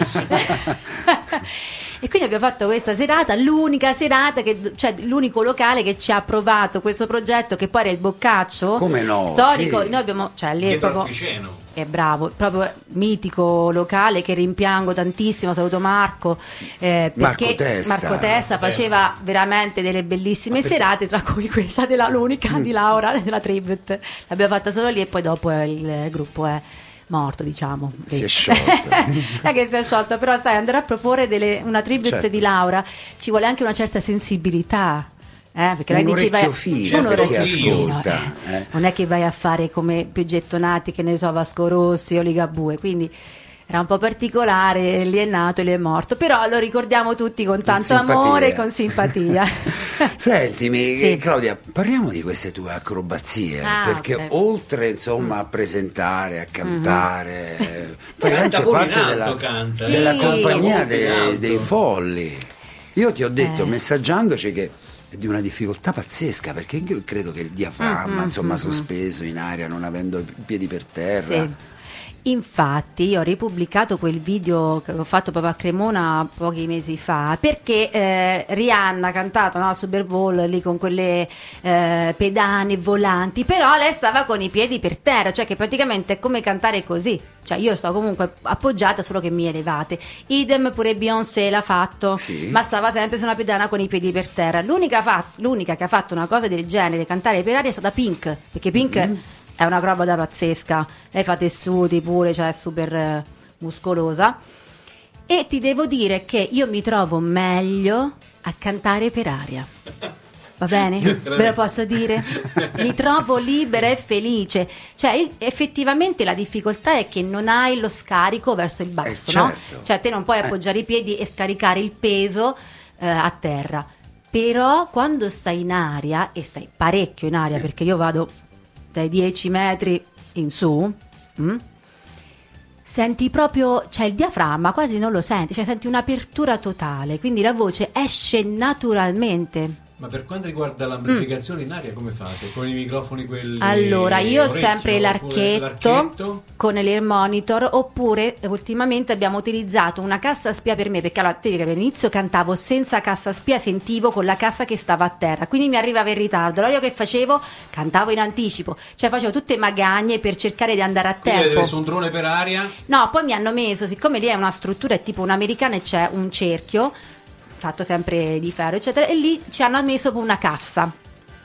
E quindi abbiamo fatto questa serata, l'unica serata, che, cioè l'unico locale che ci ha approvato questo progetto, che poi era il Boccaccio. Come no, Storico. sì. Noi abbiamo, cioè lì è Dietro al proprio. Piceno. È bravo, proprio mitico locale che rimpiango tantissimo, saluto Marco, eh, Marco perché Testa. Marco Testa Marco faceva veramente delle bellissime serate, tra cui questa della l'unica Mm. di Laura della tribute. L'abbiamo fatta solo lì e poi dopo il gruppo è morto, diciamo. Si è sciolto. Non è che si è sciolto, però sai, andare a proporre delle- una tribute Certo. di Laura ci vuole anche una certa sensibilità. Eh, perché lei Un dice vai orecchio a- fino un per orecchio chi fino, ascolta, eh. eh. Non è che vai a fare come più gettonati, che ne so, Vasco Rossi o Ligabue, quindi era un po' particolare, lì è nato e lì è morto, però lo ricordiamo tutti con tanto simpatia. amore e con simpatia. Sentimi, Sì. eh, Claudia, parliamo di queste tue acrobazie, Ah, perché ok. oltre insomma a presentare, a cantare, eh, fai Canta anche pure in parte alto, della, canta. Sì. della compagnia Canta dei, molto in alto. dei folli. Io ti ho detto, Eh. messaggiandoci, che è di una difficoltà pazzesca, perché io credo che il diaframma, Mhm, insomma, mhm. sospeso in aria, non avendo i piedi per terra. Sì. Infatti io ho ripubblicato quel video che ho fatto proprio a Cremona pochi mesi fa perché eh, Rihanna ha cantato, no, al Super Bowl lì con quelle eh, pedane volanti, però lei stava con i piedi per terra, cioè che praticamente è come cantare così, cioè io sto comunque appoggiata solo che mi elevate. Idem pure Beyoncé l'ha fatto, Sì. ma stava sempre su una pedana con i piedi per terra. L'unica, fa- l'unica che ha fatto una cosa del genere, cantare per aria, è stata Pink, perché Pink Mm-hmm. è una roba da pazzesca, lei fa tessuti pure, cioè è super eh, muscolosa. E ti devo dire che io mi trovo meglio a cantare per aria. Va bene? Ve lo posso dire? Mi trovo libera e felice. Cioè, il- effettivamente la difficoltà è che non hai lo scarico verso il basso, Eh, no? certo. Cioè, te non puoi Eh. appoggiare i piedi e scaricare il peso eh, a terra. Però quando stai in aria, e stai parecchio in aria, perché io vado dai dieci metri in su, mm, senti proprio, cioè il diaframma quasi non lo senti, cioè senti un'apertura totale, quindi la voce esce naturalmente. Ma per quanto riguarda l'amplificazione in aria, come fate? Con i microfoni quelli Allora, io ho orecchio, sempre oppure l'archetto, l'archetto? con l'ear monitor, oppure eh, ultimamente abbiamo utilizzato una cassa spia per me, perché allora, devi capire, all'inizio cantavo senza cassa spia, sentivo con la cassa che stava a terra, quindi mi arrivava in ritardo. Allora io che facevo? Cantavo in anticipo, cioè facevo tutte magagne per cercare di andare a Quindi avete tempo. messo un drone per aria? No, poi mi hanno messo, siccome lì è una struttura, è tipo un'americana e c'è un cerchio fatto sempre di ferro, eccetera, e lì ci hanno messo una cassa.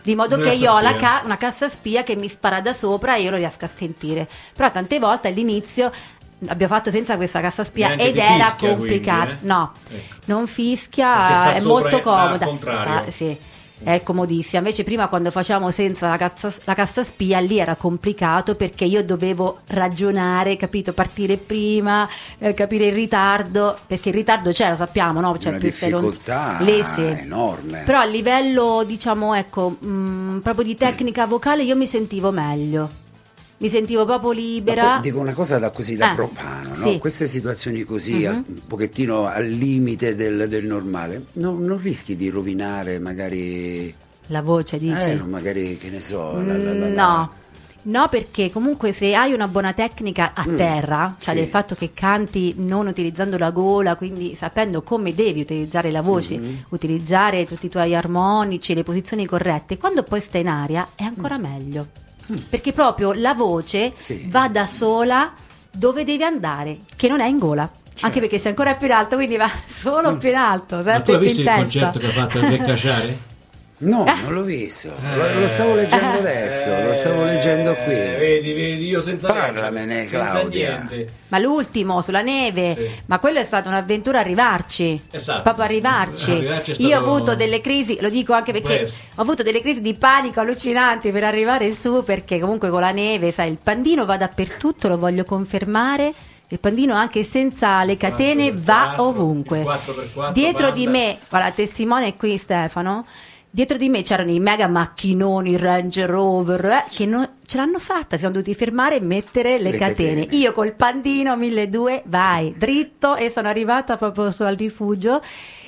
di modo Una che io ho la spia. ca- una cassa spia che mi spara da sopra e io lo riesco a sentire. Però tante volte all'inizio abbiamo fatto senza questa cassa spia Neanche ed ti era fischia, complicato. quindi, eh? No, Ecco. non Perché fischia, sta è sopra molto e- comoda. al contrario. Sta- sì. È comodissima. Invece prima, quando facevamo senza la cassa, la cassa spia, lì era complicato perché io dovevo ragionare, capito, partire prima, eh, capire il ritardo, perché il ritardo c'è, lo sappiamo, no? Cioè, Una più stai lon- difficoltà Lì sì. enorme. Però a livello, diciamo, ecco, mh, proprio di tecnica vocale io mi sentivo meglio. Mi sentivo proprio Ma libera. poi dico una cosa da così da Eh, profano, no? sì. Queste situazioni così, a- Mhm. un pochettino al limite del, del normale, non, non rischi di rovinare magari, La voce, dici? eh, no, magari che ne so, la- la- la- Mm, la- no. No, perché comunque se hai una buona tecnica a Mm, terra, cioè sì. del fatto che canti non utilizzando la gola, quindi sapendo come devi utilizzare la voce, Mm-hmm. utilizzare tutti i tuoi armonici, le posizioni corrette, quando poi stai in aria è ancora meglio. Perché proprio la voce Mm. Sì. va da sola dove deve andare, che non è in gola. Anche perché sei ancora più in alto, quindi va solo più in alto, Ma tu sempre hai più visto in il testa. concerto che ha fatto il Re Caciare? No, non l'ho visto, lo, lo stavo leggendo adesso, lo stavo leggendo qui. Eh, vedi, vedi, io senza Parlamene, leggere, senza Claudia. niente. Ma l'ultimo sulla neve, Sì. ma quello è stata un'avventura arrivarci. Esatto. Proprio arrivarci. Arrivarci è Io ho stato avuto delle crisi, lo dico anche perché complesso. ho avuto delle crisi di panico allucinanti per arrivare su, perché comunque con la neve, sai, il pandino va dappertutto, lo voglio confermare. Il pandino anche senza le catene quattro per va quattro, ovunque. il quattro per quattro Dietro banda. di me, guarda, testimone è qui Stefano. Dietro di me c'erano i mega macchinoni Range Rover eh, che non ce l'hanno fatta, siamo dovuti fermare e mettere le, Le catene. catene. Io col pandino milleduecento, vai, dritto, e sono arrivata proprio su al rifugio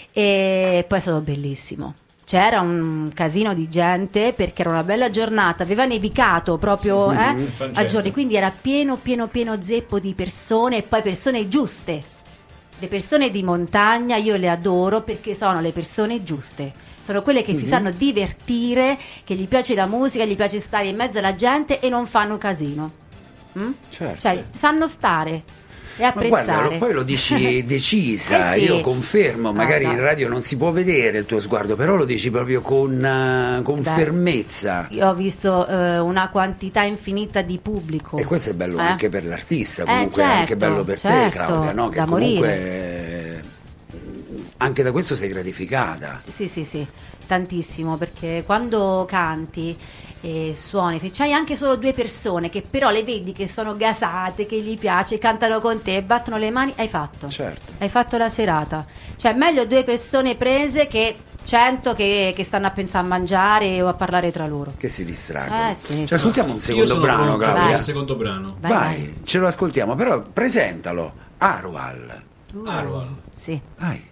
e poi è stato bellissimo. C'era un casino di gente perché era una bella giornata, aveva nevicato proprio Sì, eh, mhm, a Francesco. giorni, quindi era pieno pieno pieno zeppo di persone e poi persone giuste. Le persone di montagna io le adoro perché sono le persone giuste. Sono quelle che si sanno divertire, che gli piace la musica, gli piace stare in mezzo alla gente e non fanno casino. Mm? Certo. Cioè, sanno stare e Ma apprezzare. guarda, lo- poi lo dici decisa, Eh sì. io confermo, magari Guarda. in radio non si può vedere il tuo sguardo, però lo dici proprio con, eh, con Dai. fermezza. Io ho visto eh, una quantità infinita di pubblico. E questo è bello Eh? anche per l'artista, Eh, comunque è anche certo, bello per te, certo, Claudia, no? Che da comunque morire. eh, anche da questo sei gratificata. Sì, sì, sì, sì, tantissimo, perché quando canti e suoni, se c'hai anche solo due persone che però le vedi che sono gasate, che gli piace, cantano con te, battono le mani, hai fatto. Certo. Hai fatto la serata. Cioè, meglio due persone prese che cento che, che stanno a pensare a mangiare o a parlare tra loro. Che si distraggono. Eh, sì. Ci ascoltiamo un Io secondo sono brano, pronto per Claudia. il secondo brano. Vai, Vai, vai. ce lo ascoltiamo, però presentalo. Arwal. Uh, Arwal. Sì. Vai.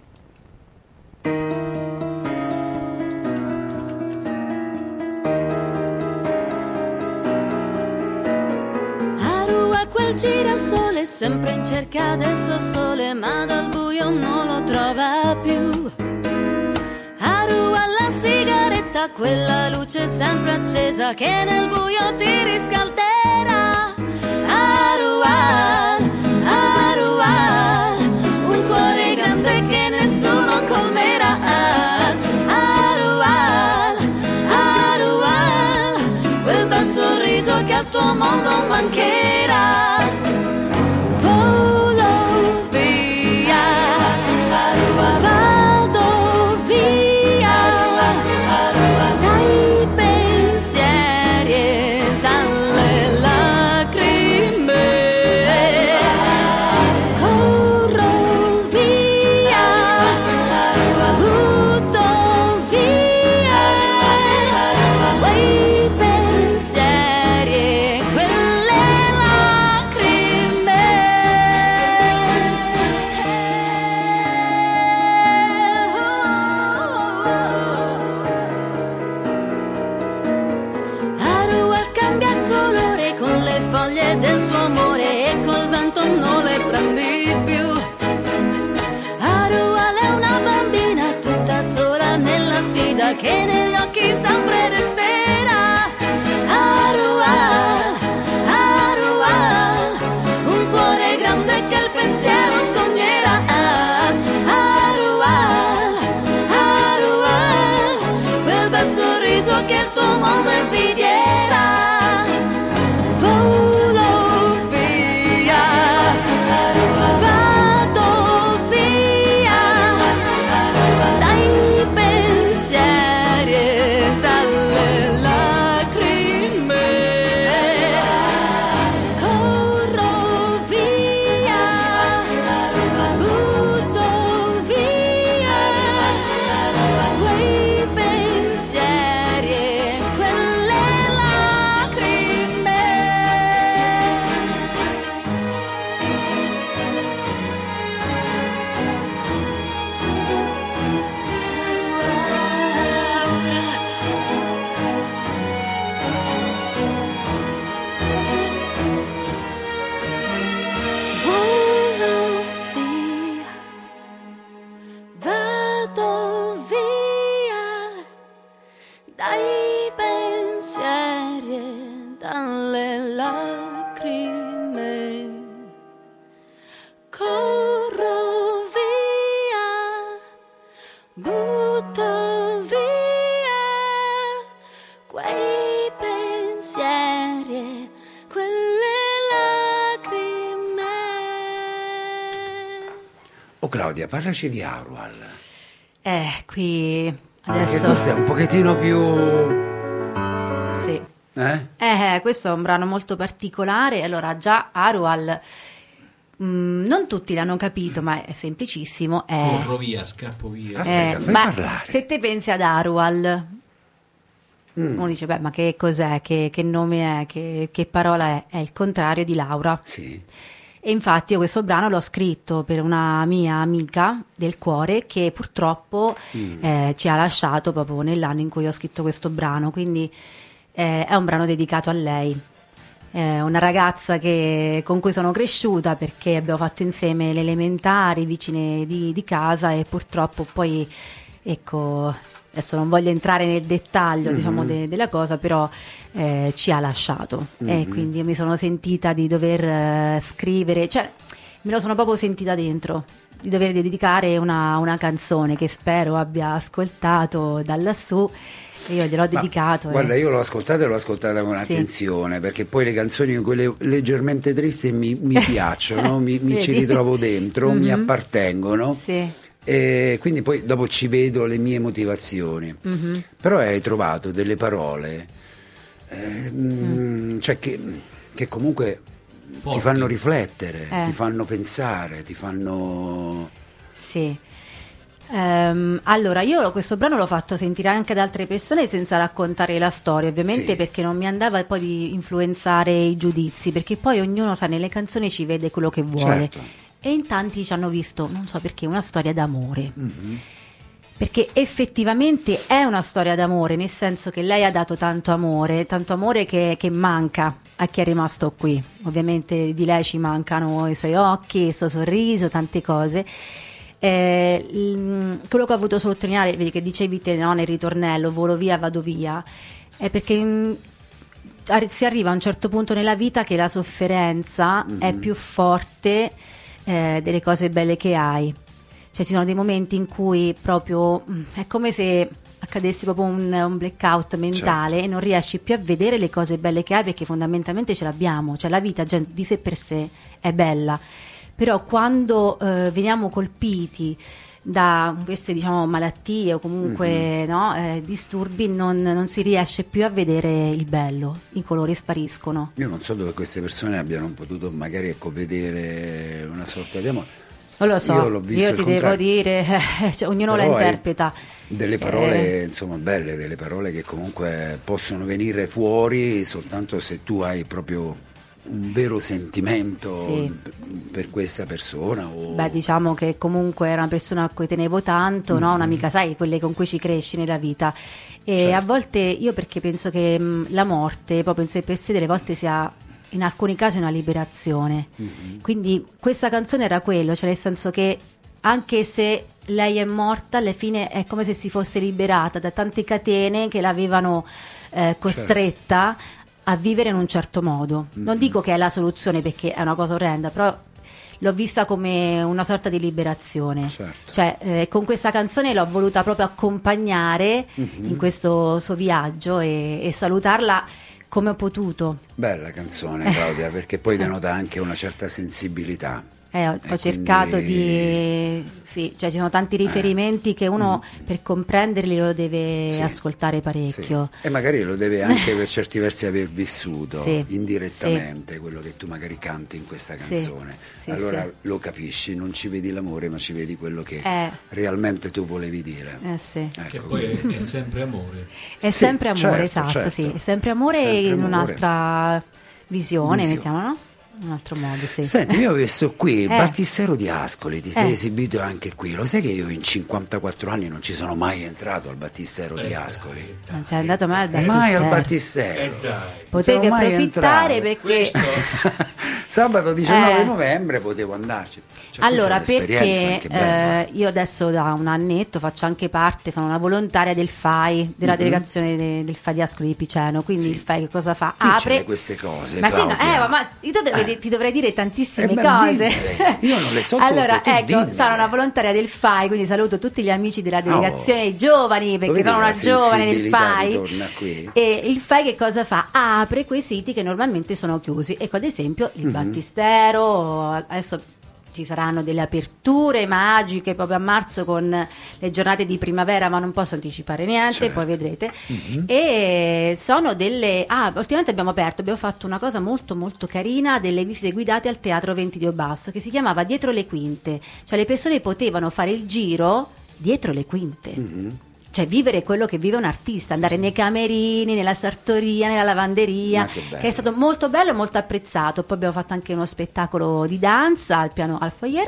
Aru a quel girasole sempre in cerca del suo sole, ma dal buio non lo trova più. Aru alla sigaretta, quella luce sempre accesa che nel buio ti riscalderà. Arual, Arual, un cuore grande che nessuno colmerà. Arual, Arual, quel bel sorriso che al tuo mondo mancherà. Volo via, Arual, vado via, Arual, dai pensieri e dalle lacrime. Corro via, butto via quei pensieri e quelle lacrime. Arual cambia colore con le foglie del suo amore e col vento non le prendi più. Arual è una bambina tutta sola nella sfida che negli occhi sempre resterà. Arual, Arual, un cuore grande che il pensiero sognerà. Arual, Arual, quel bel sorriso che il tuo Oh Claudia, parlaci di Arual. Eh, qui Che adesso... questo è un pochettino più... Sì. Eh? Eh, questo è un brano molto particolare. Allora, già Arual, mh, non tutti l'hanno capito, ma è semplicissimo. È, Corro via, scappo via. Aspetta, fai ma parlare. se te pensi ad Arual, uno dice, beh, ma che cos'è? Che, che nome è? Che, che parola è? È il contrario di Laura. Sì. E infatti io questo brano l'ho scritto per una mia amica del cuore che purtroppo Mm. eh, ci ha lasciato proprio nell'anno in cui ho scritto questo brano, quindi eh, è un brano dedicato a lei. È una ragazza che- con cui sono cresciuta perché abbiamo fatto insieme le elementari vicine di, di casa e purtroppo poi, ecco, adesso non voglio entrare nel dettaglio diciamo de- della cosa, però eh, ci ha lasciato e quindi io mi sono sentita di dover eh, scrivere, cioè me lo sono proprio sentita dentro, di dover dedicare una, una canzone che spero abbia ascoltato da lassù e io gliel'ho Ma, dedicato. e- guarda, io l'ho ascoltata e l'ho ascoltata con Sì. attenzione, perché poi le canzoni quelle leggermente tristi mi, mi piacciono, mi, mi ci Vedi? ritrovo dentro, mi Mhm. appartengono. Sì. E quindi poi dopo ci vedo le mie motivazioni. Mhm. Però hai trovato delle parole eh, mm, cioè che, che comunque ti Forti. fanno riflettere, Eh. ti fanno pensare, ti fanno... Sì. Ehm, allora, io questo brano l'ho fatto sentire anche ad altre persone senza raccontare la storia, ovviamente Sì. perché non mi andava poi di influenzare i giudizi, perché poi ognuno sa, nelle canzoni ci vede quello che vuole. Certo. E in tanti ci hanno visto, non so perché, una storia d'amore. Mhm. Perché effettivamente è una storia d'amore, nel senso che lei ha dato tanto amore, tanto amore che, che manca a chi è rimasto qui. Ovviamente di lei ci mancano i suoi occhi, il suo sorriso, tante cose. Eh, il- quello che ho voluto sottolineare, vedi che dicevi te, no, nel ritornello, volo via, vado via, è perché mm, ar- si arriva a un certo punto nella vita che la sofferenza è più forte eh, delle cose belle che hai. Cioè ci sono dei momenti in cui proprio mm, è come se accadessi proprio un, un blackout mentale Certo. e non riesci più a vedere le cose belle che hai perché fondamentalmente ce l'abbiamo, cioè la vita già di sé per sé è bella, però quando eh, veniamo colpiti da queste diciamo malattie o comunque no, eh, disturbi non, non si riesce più a vedere il bello, i colori spariscono. Io non so dove queste persone abbiano potuto magari ecco, vedere una sorta di amore. Non lo so, Io io, l'ho visto il ti devo contrario. dire, eh, cioè, ognuno la Però hai interpreta. delle parole Eh, insomma belle, delle parole che comunque possono venire fuori soltanto se tu hai proprio un vero sentimento Sì. per questa persona o... Beh, diciamo che comunque era una persona a cui tenevo tanto, no? Un'amica, sai, quelle con cui ci cresci nella vita. E Certo. a volte io perché penso che mh, la morte, proprio in sé per sé, delle volte sia in alcuni casi una liberazione. Quindi questa canzone era quello, cioè nel senso che anche se lei è morta, alla fine è come se si fosse liberata da tante catene che l'avevano eh, costretta a vivere in un certo modo. Non dico che è la soluzione perché è una cosa orrenda, però l'ho vista come una sorta di liberazione. Certo. Cioè, eh, con questa canzone l'ho voluta proprio accompagnare in questo suo viaggio e, e salutarla come ho potuto. Bella canzone Claudia, perché poi denota anche una certa sensibilità. Eh, ho, E ho cercato quindi- di... Sì, cioè ci sono tanti riferimenti che uno per comprenderli lo deve Sì. ascoltare Sì. parecchio. E magari lo deve anche per certi versi aver vissuto Sì, indirettamente quello che tu magari canti in questa Sì, canzone. sì, allora sì. lo capisci, non ci vedi l'amore, ma ci vedi quello che Eh. realmente tu volevi dire. Eh sì. Che Ecco, poi è, quindi- è sempre amore. È Sì, sempre amore, certo, esatto, certo. sì. È sempre amore Sempre in amore. un'altra visione, Visione. mettiamo, no? In un altro modo, sì. Senti, io ho visto qui il Eh. Battistero di Ascoli, ti sei Eh. esibito anche qui. Lo sai che io in cinquantaquattro anni non ci sono mai entrato al Battistero di Eh, Ascoli? dai, Non dai, sei andato mai al dai. Mai al Battistero. Battistero. Eh dai. Potevi sono mai approfittare entrato. perché... Questo Sabato diciannove Eh. novembre potevo andarci. Cioè, Allora, questa è un'esperienza perché anche bella. eh, io adesso da un annetto faccio anche parte, sono una volontaria del F A I, della delegazione de- del F A I di Ascoli di Piceno, quindi Mhm. Sì. il F A I che cosa fa? Dicene Apre queste cose, ma sì, no, Claudia. eh, ma io ti dovrei, ti dovrei dire tantissime Eh, beh, cose. dimmele. Io non le so tutte, Allora, tu ecco, dimmele. sono una volontaria del F A I, quindi saluto tutti gli amici della delegazione, Oh. i giovani, perché Lo vedi sono che una la giovane del F sensibilità A I. ritorna qui? E il F A I che cosa fa? Apre quei siti che normalmente sono chiusi. Ecco, ad esempio, il Mhm. Battistero, adesso ci saranno delle aperture magiche proprio a marzo con le giornate di primavera, ma non posso anticipare niente, Certo. poi vedrete. Mhm. E sono delle ah, ultimamente abbiamo aperto, abbiamo fatto una cosa molto molto carina, delle visite guidate al Teatro Ventidio Basso, che si chiamava Dietro le Quinte, cioè le persone potevano fare il giro dietro le quinte. Mhm. Cioè vivere quello che vive un artista, andare nei camerini, nella sartoria, nella lavanderia, Ma che bello. che è stato molto bello e molto apprezzato. Poi abbiamo fatto anche uno spettacolo di danza al piano al foyer.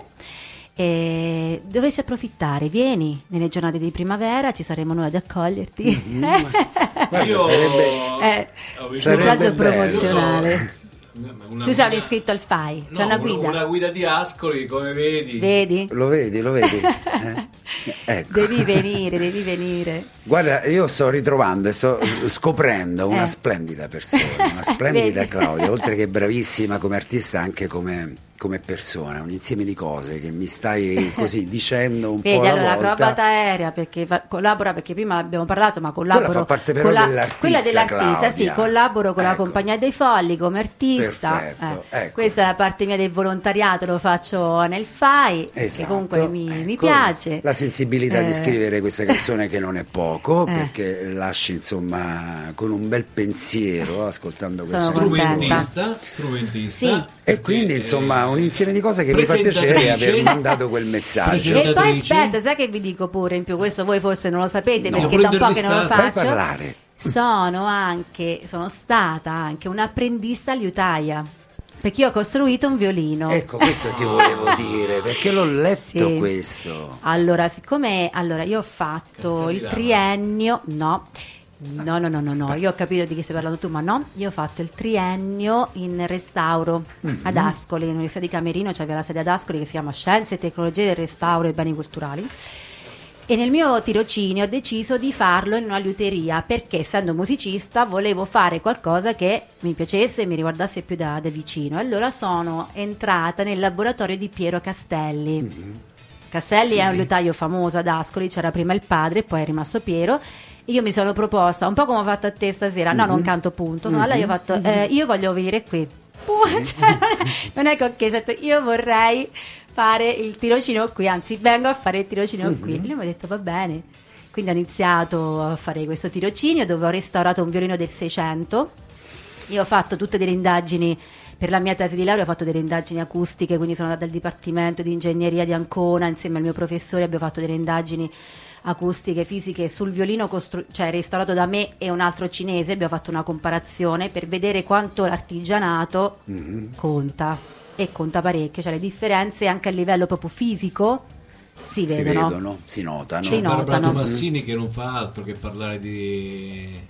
E dovresti approfittare, vieni nelle giornate di primavera, ci saremo noi ad accoglierti. Guarda, Io sarebbe- Eh, ho Sarebbe messaggio bello. promozionale. Una Tu sei un guida- iscritto al F A I, No, fai una una, guida. una guida di Ascoli, come vedi. Vedi? Lo vedi, lo vedi? Eh? Ecco. Devi venire, devi venire. Guarda, io sto ritrovando e sto scoprendo una Eh. splendida persona, una splendida Vedi? Claudia, oltre che bravissima come artista, anche come, come persona, un insieme di cose che mi stai così dicendo un Vedi, po' alla allora, volta. acrobata aerea, perché fa- collabora, perché prima abbiamo parlato, ma collaboro Quella fa parte però con la- dell'artista, quella dell'artista, sì, Claudia. collaboro con la Ecco. Compagnia dei Folli come artista. Perfetto, eh. ecco. Questa è la parte mia del volontariato, lo faccio nel F A I, Esatto, che comunque mi, mi ecco. piace. La sensibilità Eh, di scrivere questa canzone che non è poco, Eh. perché lasci insomma con un bel pensiero ascoltando questa Sono canzone. Strumentista, strumentista. Sì. E quindi Perché, insomma eh, un insieme di cose che mi fa piacere presentatrice. aver mandato quel messaggio. Presenta- E poi presentatrice. aspetta, sai che vi dico pure in più, questo voi forse non lo sapete No. perché da un po' che non lo Intervistata. Fai faccio. parlare. Sono anche, sono stata anche un'apprendista liutaia, perché io ho costruito un violino. Ecco, questo ti volevo dire, perché l'ho letto Sì. questo. Allora, siccome allora io ho fatto il Castellana. triennio, no. No, no, no, no, no, io ho capito di che stai parlando tu, ma no, io ho fatto il triennio in restauro ad Ascoli, all'Università di Camerino, c'è la sede ad Ascoli che si chiama Scienze e Tecnologie del Restauro e Beni Culturali. E nel mio tirocinio ho deciso di farlo in una liuteria perché, essendo musicista, volevo fare qualcosa che mi piacesse e mi riguardasse più da, da vicino. E allora sono entrata nel laboratorio di Piero Castelli. Castelli Sì. è un liutaio famoso ad Ascoli, c'era prima il padre, poi è rimasto Piero. E io mi sono proposta, un po' come ho fatto a te stasera, no, non canto punto, sono allora io ho fatto, eh, io voglio venire qui. Puh, cioè, non è- non è che ho chiesto, io vorrei fare il tirocinio qui, anzi vengo a fare il tirocinio qui. E lui mi ha detto va bene. Quindi ho iniziato a fare questo tirocinio dove ho restaurato un violino del Seicento. Io ho fatto tutte delle indagini per la mia tesi di laurea, ho fatto delle indagini acustiche, quindi sono andata al Dipartimento di Ingegneria di Ancona insieme al mio professore, abbiamo fatto delle indagini acustiche, fisiche sul violino costru- cioè restaurato da me e un altro cinese. Abbiamo fatto una comparazione per vedere quanto l'artigianato conta, e conta parecchio, cioè le differenze anche a livello proprio fisico si Si vedono. vedono, si notano. Si Barbara notano. Tomassini che non fa altro che parlare di,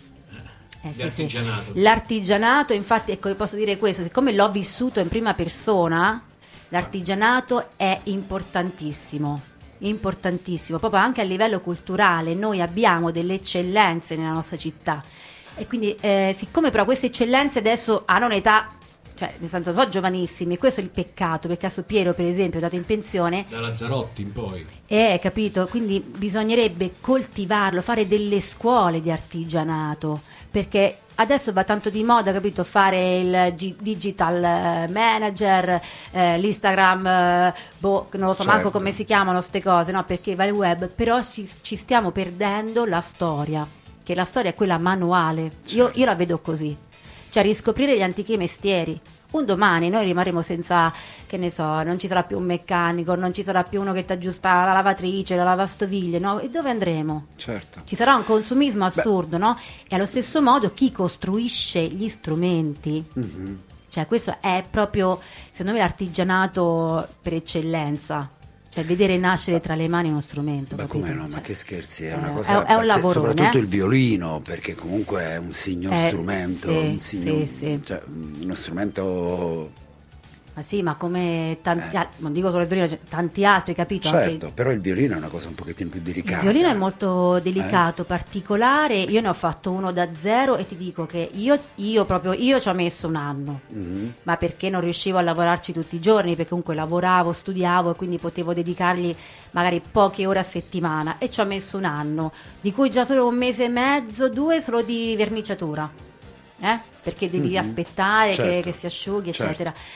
Eh, di sì, sì. artigianato. L'artigianato, infatti, ecco, vi posso dire questo, siccome l'ho vissuto in prima persona, l'artigianato è importantissimo, importantissimo, proprio anche a livello culturale. Noi abbiamo delle eccellenze nella nostra città e quindi eh, siccome però queste eccellenze adesso hanno un'età, cioè nel senso sono giovanissimi, e questo è il peccato, perché adesso Piero per esempio è dato in pensione. Da Lazzarotti in poi. Eh, capito? Quindi bisognerebbe coltivarlo, fare delle scuole di artigianato, perché adesso va tanto di moda, capito? Fare il G- digital eh, manager, eh, l'Instagram, eh, boh, non lo so manco Certo. come si chiamano ste cose, no? Perché va il web, però ci, ci stiamo perdendo la storia, che la storia è quella manuale. Io, io la vedo così. Cioè riscoprire gli antichi mestieri. Un domani noi rimarremo senza, che ne so, non ci sarà più un meccanico, non ci sarà più uno che ti aggiusta la lavatrice, la lavastoviglie, no? E dove andremo? Certo. Ci sarà un consumismo assurdo, no? E allo stesso modo chi costruisce gli strumenti, Mhm. cioè questo è proprio, secondo me, l'artigianato per eccellenza. Cioè vedere nascere tra le mani uno strumento. Ma capito? come no, ma Cioè, che scherzi, è eh, una è- cosa è un pazzesca, lavorone, soprattutto eh. il violino, perché comunque è un signor Eh, strumento, sì, un signor, sì, sì. cioè, uno strumento. Ma sì, ma come tanti Eh. altri, non dico solo il violino, cioè, tanti altri, capito? Certo, Anche- però il violino è una cosa un pochettino più delicata. il violino è molto delicato, particolare. Io ne ho fatto uno da zero e ti dico che io, io proprio io ci ho messo un anno, Mhm. ma perché non riuscivo a lavorarci tutti i giorni, perché comunque lavoravo, studiavo e quindi potevo dedicargli magari poche ore a settimana, e ci ho messo un anno, di cui già solo un mese e mezzo, due solo di verniciatura, eh? Perché devi Mhm. aspettare che, Certo. che si asciughi, Certo. eccetera.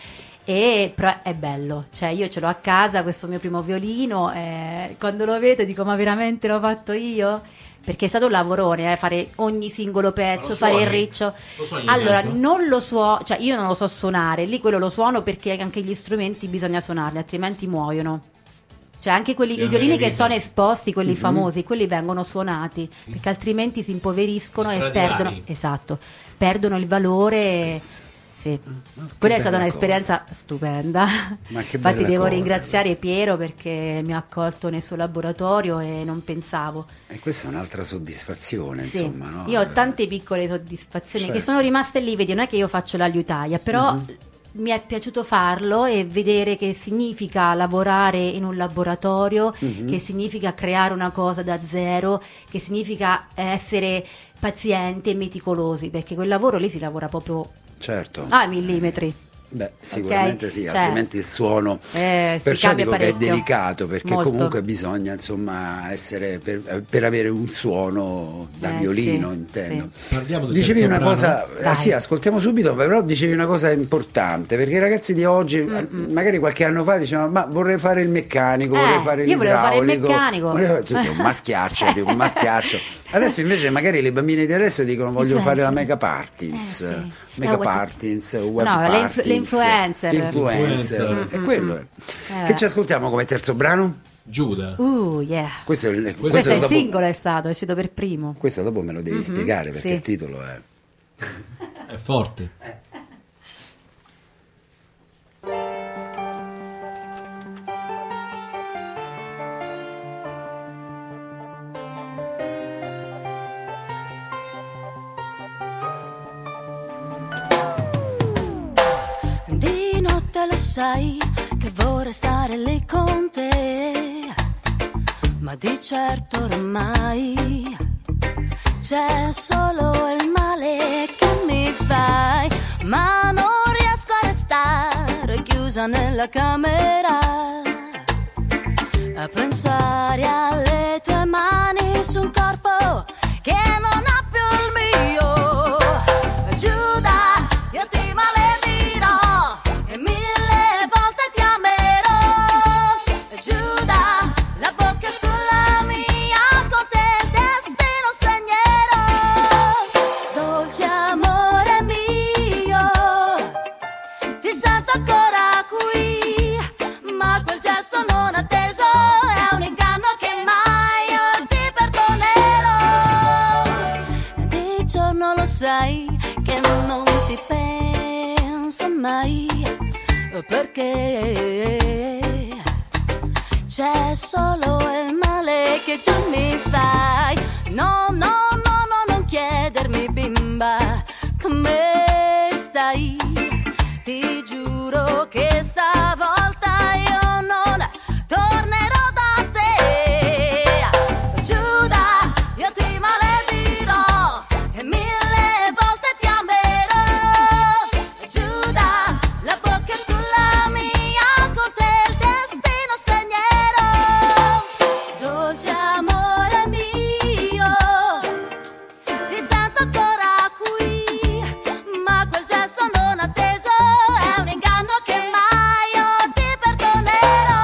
E però è bello, cioè io ce l'ho a casa questo mio primo violino e quando lo vedo dico ma veramente l'ho fatto io? Perché è stato un lavorone eh, fare ogni singolo pezzo, fare il riccio. Lo suoni allora tanto? non lo suono, cioè io non lo so suonare, lì quello lo suono perché anche gli strumenti bisogna suonarli altrimenti muoiono. Cioè anche quelli, i Bisogna violini che vita. sono esposti, quelli mm-hmm. famosi, quelli vengono suonati perché altrimenti si impoveriscono e Stradivari. perdono, esatto, perdono il valore. Sì, quella è stata bella un'esperienza stupenda. Ma che Infatti bella devo cosa ringraziare questa. Piero perché mi ha accolto nel suo laboratorio e non pensavo. E questa è un'altra soddisfazione, Sì, insomma, no? io ho tante piccole soddisfazioni Certo. che sono rimaste lì, vedi, non è che io faccio la liutaia, però Mhm. mi è piaciuto farlo e vedere che significa lavorare in un laboratorio, Mhm. che significa creare una cosa da zero, che significa essere pazienti e meticolosi, perché quel lavoro lì si lavora proprio Certo. a millimetri. Beh, sicuramente Ok? sì, Cioè, altrimenti il suono. eh, si Perciò cambia dico che è parecchio. delicato, perché Molto. comunque bisogna insomma essere per, per avere un suono da Eh, violino, sì, intendo. Parliamo del Dicevi terzo una brano? cosa, eh, Dai. sì, ascoltiamo subito, però dicevi una cosa importante, perché i ragazzi di oggi, Mm-mm. magari qualche anno fa dicevano, ma vorrei fare il meccanico, Eh, vorrei fare io volevo fare il l'idraulico. meccanico. Volevo- Tu sei un maschiaccio, Cioè. eri un maschiaccio. Adesso invece magari le bambine di adesso dicono voglio fare la Influencer. make-up artist, Eh, sì. make-up Eh, artist, web no, le influ- artist, le influencer. influencer, Influencer. è quello. è. Eh. Che ci ascoltiamo come terzo brano? Giuda. Uh, yeah. Questo è il, Questo Questo è il dopo, singolo, è stato, è uscito per primo. questo dopo me lo devi Mhm, spiegare perché sì. il titolo è... È forte. Di notte lo sai che vorrei stare lì con te, ma di certo ormai c'è solo il male che mi fai, ma non riesco a restare chiusa nella camera a pensare alle tue mani su un corpo che non ha più il mio. Giuda, io ti maledirò e mille volte ti amerò. Giuda, la bocca sulla mia, con te il destino segnerò. Dolce amore mio, ti sento ancora qui, ma quel gesto non atteso è un inganno che mai io ti perdonerò. Di giorno lo sai che non ti penso mai, perché c'è solo il male che già mi fai. No, no, no, no, non chiedermi bimba come stai, ti giuro che stavolta io non tornerò da te. Giuda, io ti maledirò e mille volte ti amerò. Giuda, la bocca sulla mia, con te il destino segnerò. Dolce amore mio, ti sento ancora qui, ma quel gesto non atteso è un inganno che mai io ti perdonerò.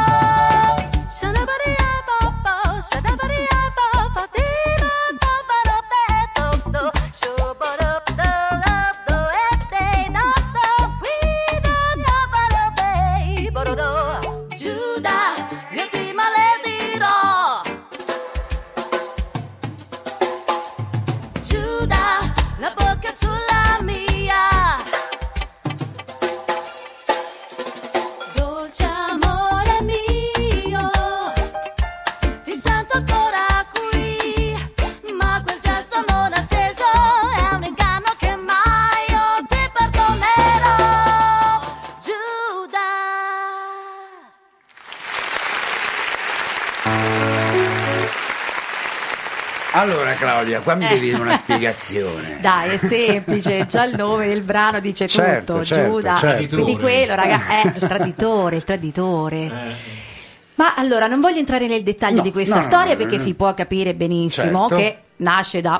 Giuda, io ti maledirò. Giuda, la bocca sulla mia. Dolce amore mio, ti sento ancora qui, ma quel gesto non atteso è un inganno che mai io ti perdonerò. Giuda. Allora Claudia, qua mi Eh. devi dare una spiegazione. Dai, è semplice, già il nome del brano dice Certo, tutto, certo, Giuda. certo. Quindi quello, raga, è il traditore, il traditore. Eh, Ma allora, non voglio entrare nel dettaglio No, di questa no, no, storia no, perché no. si può capire benissimo Certo. che nasce da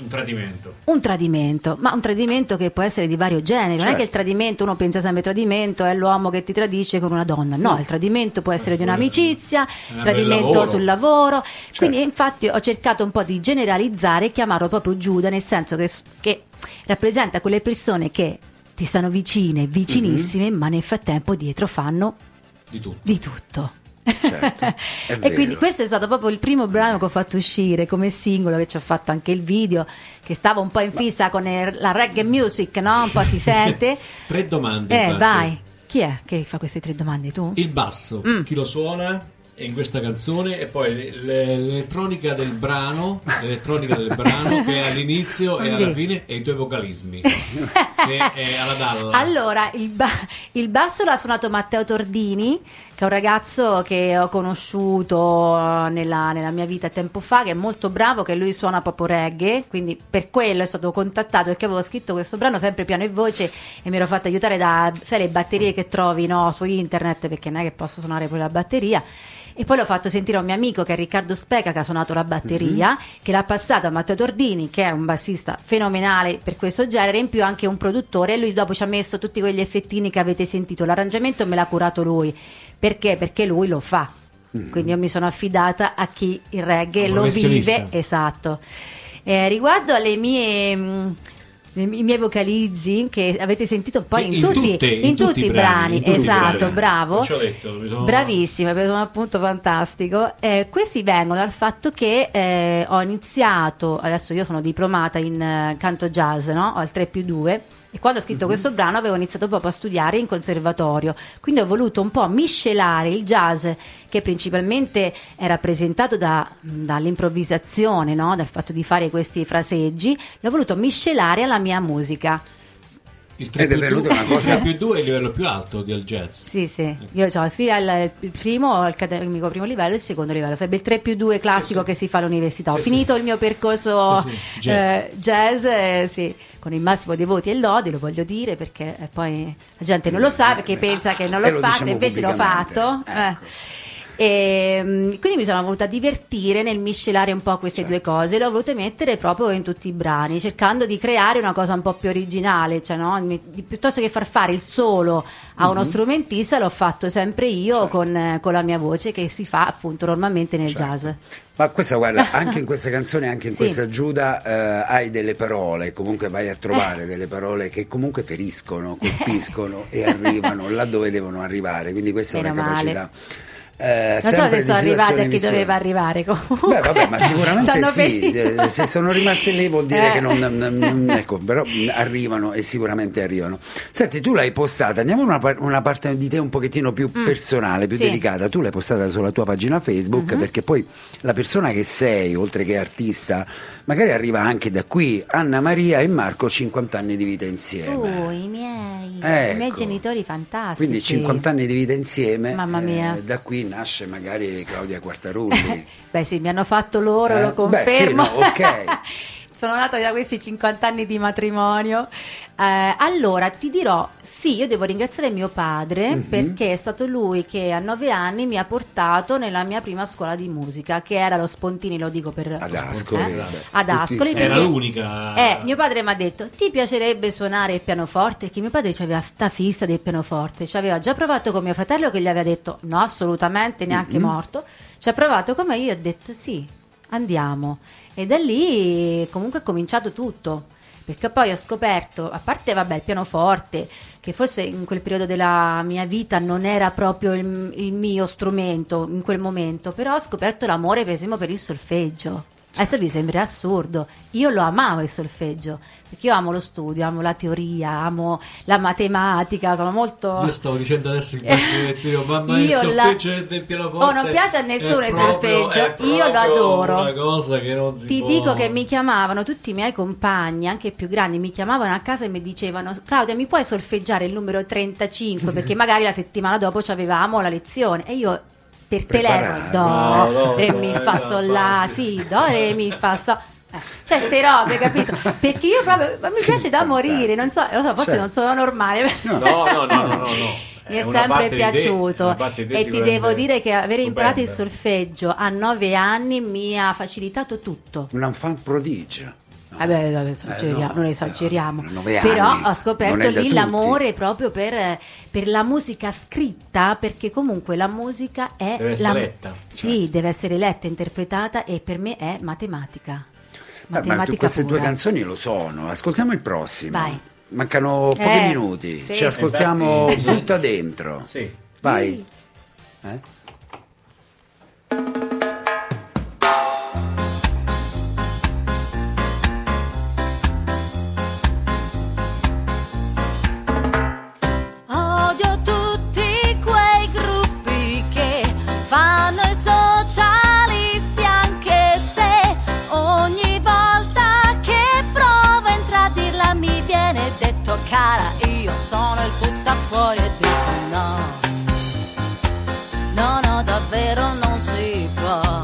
Un tradimento. Un tradimento, ma un tradimento che può essere di vario genere. Non è Certo. che il tradimento, uno pensa sempre tradimento è l'uomo che ti tradisce con una donna. No, il tradimento può essere di un'amicizia, il Eh, tradimento del lavoro. sul lavoro. Certo. Quindi infatti ho cercato un po' di generalizzare e chiamarlo proprio Giuda, nel senso che, che rappresenta quelle persone che ti stanno vicine, vicinissime, Mhm. ma nel frattempo dietro fanno Di tutto. di tutto. Certo, è E vero. quindi questo è stato proprio il primo brano che ho fatto uscire come singolo, che ci ho fatto anche il video, che stavo un po' in fissa con il- la reggae music, no? Un po' si sente. Tre domande. Eh, infatti. vai. Chi è che fa queste tre domande, tu? Il basso, Mm. chi lo suona in questa canzone, e poi l- l'elettronica del brano, l'elettronica del brano che è all'inizio e Sì. alla fine, e i tuoi vocalismi che è alla Dalla. Allora, il, ba- il basso l'ha suonato Matteo Tordini, che è un ragazzo che ho conosciuto nella, nella mia vita tempo fa, che è molto bravo, che lui suona proprio reggae, quindi per quello è stato contattato, perché avevo scritto questo brano sempre piano e voce e mi ero fatta aiutare da, sai, le batterie che trovi, no, su internet, perché non è che posso suonare poi la batteria. E poi l'ho fatto sentire a un mio amico che è Riccardo Speca, che ha suonato la batteria, che l'ha passata a Matteo Tordini, che è un bassista fenomenale per questo genere, in più anche un produttore, e lui dopo ci ha messo tutti quegli effettini che avete sentito. L'arrangiamento me l'ha curato lui. Perché? Perché lui lo fa. Quindi io mi sono affidata a chi il reggae Un lo professionista. vive. Esatto. Eh, riguardo alle mie... mh, i miei vocalizzi che avete sentito poi in, In tutti, tutte- in in tutti tutti i i brani, brani, in tutti i esatto, brani. bravo, Non ci ho detto, mi sono- bravissima, perché sono appunto fantastico. Eh, questi vengono dal fatto che eh, ho iniziato, adesso io sono diplomata in eh, canto jazz, no? Ho il tre più due, e quando ho scritto questo brano avevo iniziato proprio a studiare in conservatorio, quindi ho voluto un po' miscelare il jazz, che principalmente è rappresentato da, dall'improvvisazione, no? Dal fatto di fare questi fraseggi, l'ho voluto miscelare alla mia musica. Il tre Ed è più venuta due- una cosa- il tre più due è il livello più alto del jazz. Sì, sì, io ho sia il, il primo, il accademico primo livello e il secondo livello, sarebbe il tre più due classico Sì, sì. che si fa all'università. Ho Sì, finito il mio percorso Sì, sì, jazz. eh, jazz, eh, sì, con il massimo dei voti e lodi, lo voglio dire perché eh, poi la gente non lo sa perché pensa che non E l'ho lo fatto, diciamo invece l'ho pubblicamente. fatto. Ecco. eh. E, mm, quindi mi sono voluta divertire nel miscelare un po' queste Certo. due cose, le ho volute mettere proprio in tutti i brani, cercando di creare una cosa un po' più originale, cioè, no? Mi- di- piuttosto che far fare il solo a uno strumentista, l'ho fatto sempre io Certo. con, eh, con la mia voce, che si fa appunto normalmente nel Certo. jazz. Ma questa, guarda, anche in questa canzone, anche in Sì. questa Giuda, eh, hai delle parole, comunque vai a trovare delle parole che comunque feriscono, colpiscono e arrivano là dove devono arrivare, quindi questa è Meno una male. capacità. Eh, Non so sempre se sono di arrivate a situazioni chi visuali. doveva arrivare comunque. Beh, vabbè, ma sicuramente Sono sì, finita. eh, se sono rimaste lì vuol dire Eh. che non, non- non- ecco, però mh, arrivano e sicuramente arrivano. Senti, tu l'hai postata, andiamo a una, par- una parte di te un pochettino più personale, più Mm. sì. delicata. Tu l'hai postata sulla tua pagina Facebook, Mhm. perché poi la persona che sei, oltre che artista, magari arriva anche da qui. Anna Maria e Marco, cinquanta anni di vita insieme. Uh, i miei, i Ecco. miei genitori fantastici. Quindi cinquanta anni di vita insieme. Mamma mia. eh, da qui nasce magari Claudia Quartarulli. Beh sì, mi hanno fatto loro, Eh? lo confermo. Beh, sì, no, ok. Sono nata da questi cinquanta anni di matrimonio. Eh, allora, ti dirò, sì, io devo ringraziare mio padre, Mhm. perché è stato lui che a nove anni mi ha portato nella mia prima scuola di musica, che era lo Spontini, lo dico per... Ad Ascoli, eh, vabbè. ad Tutti Ascoli. sanno. Era perché- l'unica. Eh, mio padre mi ha detto: ti piacerebbe suonare il pianoforte? Che mio padre aveva sta fissa del pianoforte, ci aveva già provato con mio fratello, che gli aveva detto no, assolutamente, neanche Mhm. morto. Ci ha provato come io, ho detto sì, andiamo. E da lì comunque è cominciato tutto, perché poi ho scoperto, a parte vabbè il pianoforte, che forse in quel periodo della mia vita non era proprio il, il mio strumento in quel momento, però ho scoperto l'amore per esempio per il solfeggio. Adesso vi sembra assurdo, io lo amavo il solfeggio, perché io amo lo studio, amo la teoria, amo la matematica, sono molto... Io stavo dicendo adesso in qualche mamma il Io la- solfeggio del pianoforte. Oh, non piace a nessuno è il proprio- solfeggio, è io lo proprio adoro. Una cosa che non si Ti può. dico che mi chiamavano tutti i miei compagni, anche più grandi, mi chiamavano a casa e mi dicevano: Claudia, mi puoi solfeggiare il numero trentacinque? Perché magari la settimana dopo ci avevamo la lezione e io per telefono Preparato. do, No, no, re no, mi no, fa no, sol no, la, sì. sì, do, re mi fa sol. Eh, cioè ste robe, capito? Perché io proprio ma mi piace da morire, non so, lo so, forse Certo. non sono normale. No, no, no, no, no, no. Mi è una sempre parte di te- piaciuto una parte di te e ti sicuramente devo dire che aver imparato il stupenda. solfeggio a nove anni mi ha facilitato tutto. Un enfant prodigio. Vabbè, vabbè, esageriamo, Eh, no, non esageriamo. no, nove Però anni, ho non scoperto è da lì tutti. l'amore proprio per, per la musica scritta, perché comunque la musica è Deve essere la- letta. Sì, deve essere letta, interpretata, e per me è matematica. Beh, ma tu- Matematica queste due pura. canzoni lo sono. Ascoltiamo il prossimo. Vai. Mancano pochi Eh, minuti. sì. Ci ascoltiamo Infatti- Butta Dentro. Sì. Vai. Eh? Odio tutti quei gruppi che fanno i socialisti, anche se ogni volta che provo a intradirla mi viene detto: cara, io sono il buttafuori, e dico no, no, no, davvero non si può.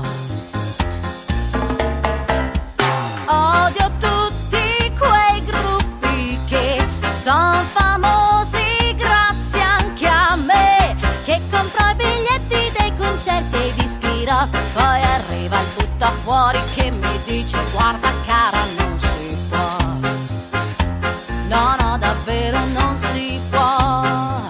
Odio tutti quei gruppi che sono famosi grazie anche a me, che compro i biglietti dei concerti e i dischi rock, poi arriva il buttafuori che mi dice: guarda cara, non si può, no, no, davvero non si può.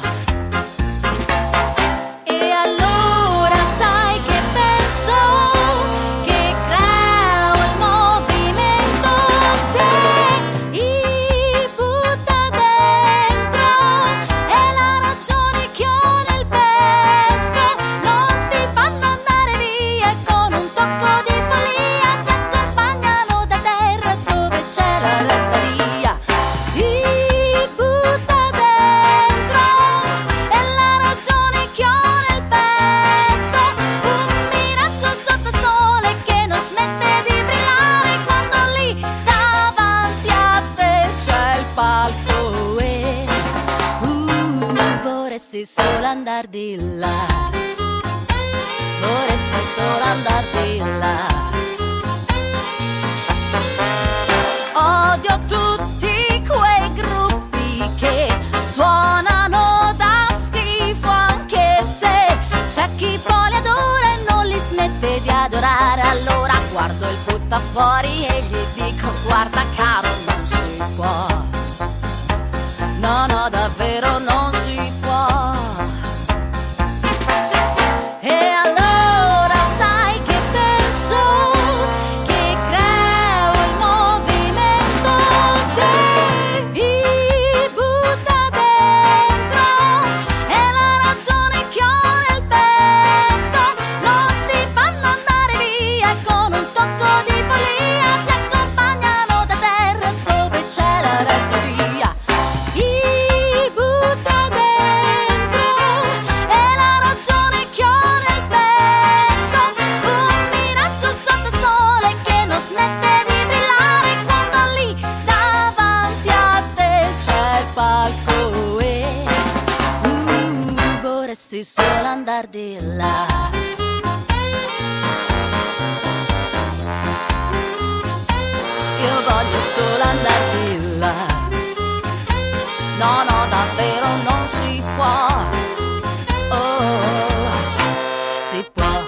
E allora sai che penso? Che creo il movimento, te i butta dentro, è la ragione che ho nel petto, non ti fanno andare via, e con un tocco di follia ti accompagnano da terra dove c'è la retta via. I butta dentro, è la ragione che ho nel petto, un miraggio sotto sole che non smette di brillare quando lì davanti a te c'è il palco e uh, vorresti solo andar di là, vorresti solo andar di là. Odio tutti quei gruppi che suonano da schifo, anche se c'è chi poi li adora e non li smette di adorare. Allora guardo il buttafuori e gli dico: guarda caro, non si può, no, no, davvero non si può. E allora sai che penso? Che creo il movimento, te i butta dentro, è la ragione che ho nel petto, non ti fanno andare via, e con un tocco di follia ti accompagnano da terra dove c'è la retta via. I butta dentro, è la ragione che ho nel petto, un miraggio sotto sole che non smette di brillare quando lì davanti a te c'è il palco e uh, vorresti solo andar di là. Io voglio solo andar di là, no, no, davvero non si può, oh, si può.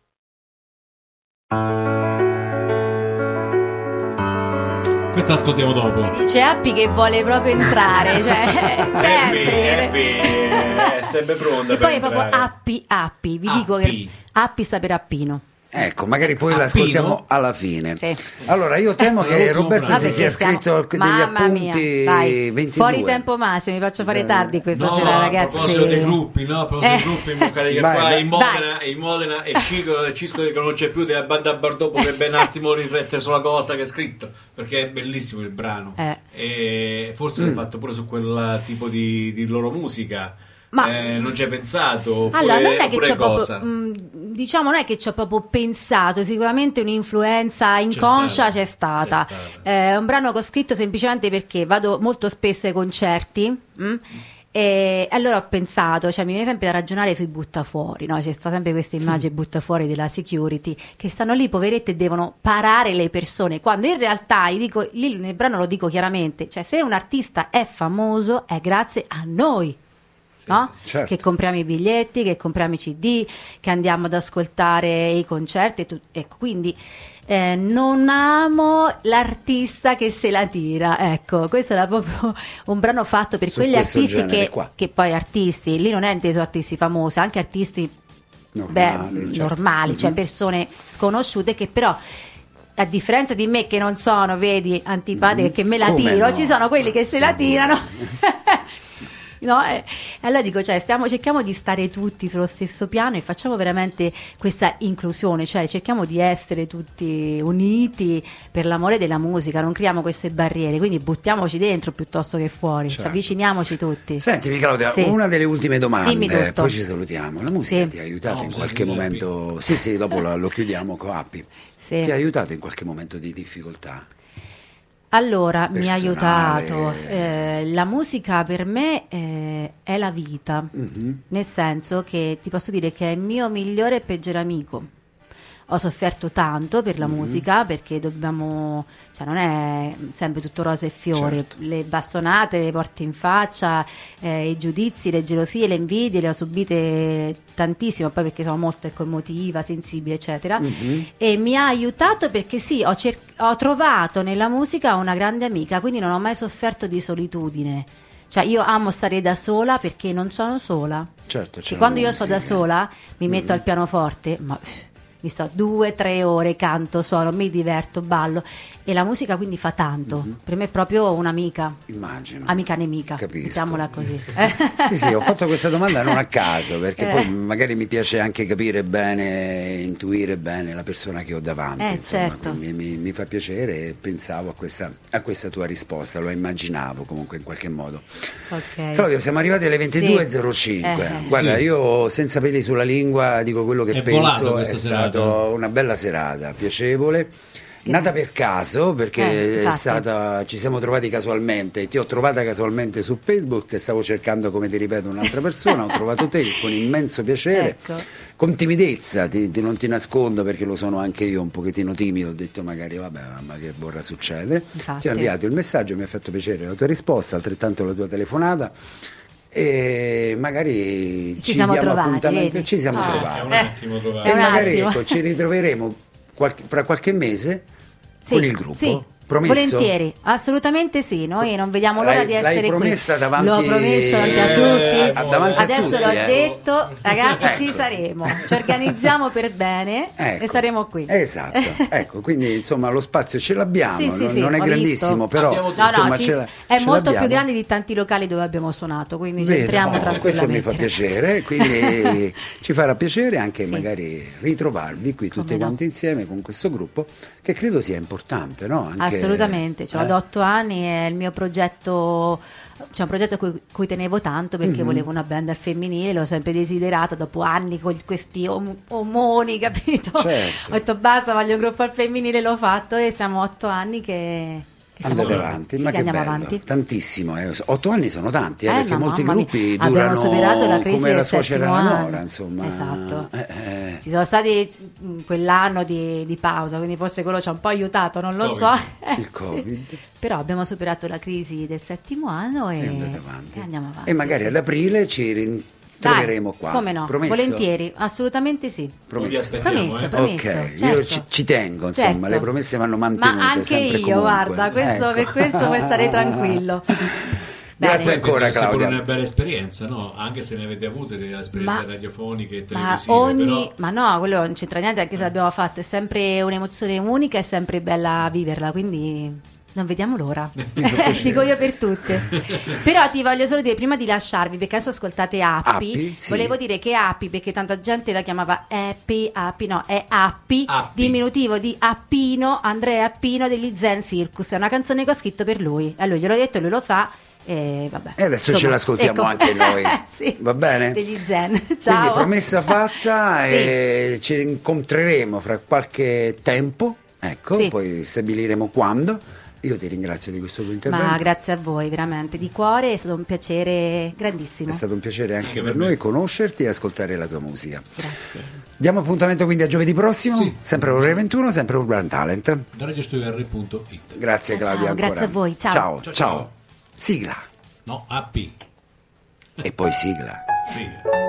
Questa ascoltiamo dopo. Dice Appi che vuole proprio entrare, cioè sempre. Appi, Appi, è sempre pronta E per poi è proprio entrare. Appi, Appi, vi dico che Appi. Appi sta per Appino. Ecco, magari poi Appino? l'ascoltiamo alla fine. Sì. Allora, io temo Eh, che l'ultimo Roberto brano. si sia perché stiamo- scritto degli Mamma appunti mia, vai. ventidue. Fuori tempo massimo, mi faccio fare Eh, tardi questa No, sera, a ragazzi. proposito dei gruppi, no? A proposito dei Eh. gruppi, in bocca di Vai, qua vai. in Modena, in Modena e Cico, e Cisco che non c'è più della banda Bardopo che ben un attimo riflette sulla cosa che ha scritto, perché è bellissimo il brano. Eh. E forse l'hai fatto pure su quel tipo di, di loro musica. Ma- Eh, non ci hai pensato? Oppure, Allora, non è che oppure ci ho cosa? proprio, mh, diciamo, non è che ci ho proprio pensato, sicuramente un'influenza inconscia stata, c'è stata. c'è stata. Eh, È un brano che ho scritto semplicemente perché vado molto spesso ai concerti. mh, E allora ho pensato, cioè mi viene sempre da ragionare sui buttafuori, no? C'è sta sempre questa immagine buttafuori della security che stanno lì poverette e devono parare le persone, quando in realtà, io dico, lì nel brano lo dico chiaramente, cioè se un artista è famoso è grazie a noi. no? certo. Che compriamo i biglietti, che compriamo i C D, che andiamo ad ascoltare i concerti e tu- ecco, quindi eh, non amo l'artista che se la tira, ecco, questo era proprio un brano fatto per Su quegli questo artisti genere che, qua. che poi artisti, lì non è inteso artisti famosi, anche artisti Normali, beh, certo. normali, cioè Mhm. persone sconosciute che però a differenza di me che non sono, vedi, antipatiche, Mhm. che me la Come tiro, no? ci sono quelli che se la Figurati. tirano. No, e allora dico, cioè, stiamo, cerchiamo di stare tutti sullo stesso piano e facciamo veramente questa inclusione, cioè cerchiamo di essere tutti uniti per l'amore della musica, non creiamo queste barriere, quindi buttiamoci dentro piuttosto che fuori, Certo. ci avviciniamoci tutti. Sentimi Claudia, Sì. una delle ultime Dimmi domande, tutto. poi ci salutiamo. La musica Sì. ti ha aiutato No, in bisogna qualche dire momento? Sì, sì, dopo lo, lo chiudiamo con Appi. Sì. Ti ha aiutato in qualche momento di difficoltà? Allora, mi ha Personale. aiutato, eh, la musica per me eh, è la vita, Mhm. nel senso che ti posso dire che è il mio migliore e peggiore amico. Ho sofferto tanto per la Mhm. musica perché dobbiamo, cioè non è sempre tutto rose e fiori, Certo. le bastonate, le porte in faccia, eh, i giudizi, le gelosie, le invidie, le ho subite tantissimo, poi perché sono molto ecco, emotiva, sensibile, eccetera. Mhm. E mi ha aiutato perché sì, ho, cer- ho trovato nella musica una grande amica, quindi non ho mai sofferto di solitudine. Cioè io amo stare da sola perché non sono sola. Certo, c'è Che la quando io sto da musica. sola mi metto Mhm. al pianoforte, ma mi sto due, tre ore, canto, suono, mi diverto, ballo e la musica quindi fa tanto. Mhm. Per me è proprio un'amica, Immagino. amica nemica, Capisco. mettiamola così. Sì, sì, ho fatto questa domanda non a caso, perché Eh. poi magari mi piace anche capire bene, intuire bene la persona che ho davanti, Eh, insomma, certo. quindi mi, mi fa piacere e pensavo a questa, a questa tua risposta, lo immaginavo comunque in qualche modo. Ok. Claudio, siamo arrivati alle ventidue e zero Sì. cinque. Eh. Guarda, Sì. io senza peli sulla lingua dico quello che È volato penso, è questa stata serata. una bella serata, piacevole. Nata per caso, perché Eh, è infatti. stata, ci siamo trovati casualmente, ti ho trovata casualmente su Facebook e stavo cercando, come ti ripeto, un'altra persona, ho trovato te con immenso piacere, Ecco. con timidezza, ti, ti- non ti nascondo perché lo sono anche io un pochettino timido, ho detto magari vabbè, ma che vorrà succedere, Infatti. ti ho inviato il messaggio, mi ha fatto piacere la tua risposta, altrettanto la tua telefonata e magari Ci siamo diamo trovati, appuntamento, vedi? ci siamo Ah. È trovati un Eh. attimo trovato. e È un magari attimo. ecco, ci ritroveremo qualche- fra qualche mese Sì, con il gruppo. sì, Promesso? volentieri, assolutamente sì. Noi non vediamo l'ora L'hai- di essere l'hai promessa qui. davanti- L'ho promesso davanti a Eh, tutti. davanti a Adesso tutti, l'ho eh. detto, ragazzi, ci Ecco. saremo. Ci organizziamo per bene Ecco, e saremo qui. Esatto, ecco, quindi insomma lo spazio ce l'abbiamo, Sì, sì, non, sì, non è ho grandissimo, visto. però Abbiamo- No, no, insomma, ci- ce la- è ce molto più l'abbiamo. grande di tanti locali dove abbiamo suonato, quindi ci Vedo, entriamo oh, tranquillamente. questo mi fa ragazzi. piacere, quindi ci farà piacere anche Sì. magari ritrovarvi qui tutti Come no. quanti insieme con questo gruppo che credo sia importante, no? Anche- Assolutamente, ce l'ho eh? da otto anni, è il mio progetto, cioè un progetto a cui, cui tenevo tanto perché Mhm. volevo una band al femminile, l'ho sempre desiderato dopo anni con questi om- omoni, capito? Certo. Ho detto basta, voglio un gruppo al femminile, l'ho fatto e siamo otto anni che, che siamo Andate qui. avanti, Sì, ma che che andiamo bello, avanti. tantissimo, eh. otto anni sono tanti, eh, Eh, perché ma molti mamma mia, gruppi abbiamo durano superato la crisi come del la suocera e settimo la anno. nora, insomma. Esatto. Eh, eh. Ci sono stati mh, quell'anno di, di pausa, quindi forse quello ci ha un po' aiutato, non lo Covid. so. Eh, Il sì. Covid. Però abbiamo superato la crisi del settimo anno e, E andate avanti. e andiamo avanti. E magari sì. ad aprile ci rin- Dai, troveremo qua. Come no? Promesso? Volentieri, assolutamente sì. Vi Promesso. aspettiamo, Promesso, eh. promesso. Ok, io certo. ci, ci tengo, insomma, Certo. le promesse vanno mantenute. Ma anche sempre e io, comunque. guarda, questo, Ecco. per questo puoi stare tranquillo. Grazie Bene. ancora, Penso sia pure Claudia. una bella esperienza, no? Anche se ne avete avute delle esperienze Ma- radiofoniche e Ma televisive, ogni, però ma no, quello non c'entra niente, anche se l'abbiamo fatto, è sempre un'emozione unica, è sempre bella viverla, quindi non vediamo l'ora. Dico io per tutte. Però ti voglio solo dire, prima di lasciarvi, perché adesso ascoltate Appi, Appi, sì. volevo dire che Appi, perché tanta gente la chiamava Appi, Appi, no, è Appi, Appi. diminutivo di Appino, Andrea Appino degli Zen Circus, è una canzone che ho scritto per lui, e lui gliel'ho detto, lui lo sa. E vabbè, E adesso insomma, ce l'ascoltiamo ecco. anche noi. Sì, Va bene? degli Zen. Ciao. Quindi promessa fatta Sì. e ci incontreremo fra qualche tempo, ecco, Sì. poi stabiliremo quando. Io ti ringrazio di questo tuo intervento. Ma grazie a voi, veramente, di cuore, è stato un piacere grandissimo. È stato un piacere anche Anche per per me. noi conoscerti e ascoltare la tua musica. Grazie. Diamo appuntamento quindi a giovedì prossimo, Sì. sempre alle ore ventuno, sempre Urban Talent. da radio studio R punto it. Grazie Ciao, Claudia ciao, ancora. grazie a voi, ciao. Ciao, Ciao, ciao. ciao. Sigla. No, A P. E poi sigla. Sì.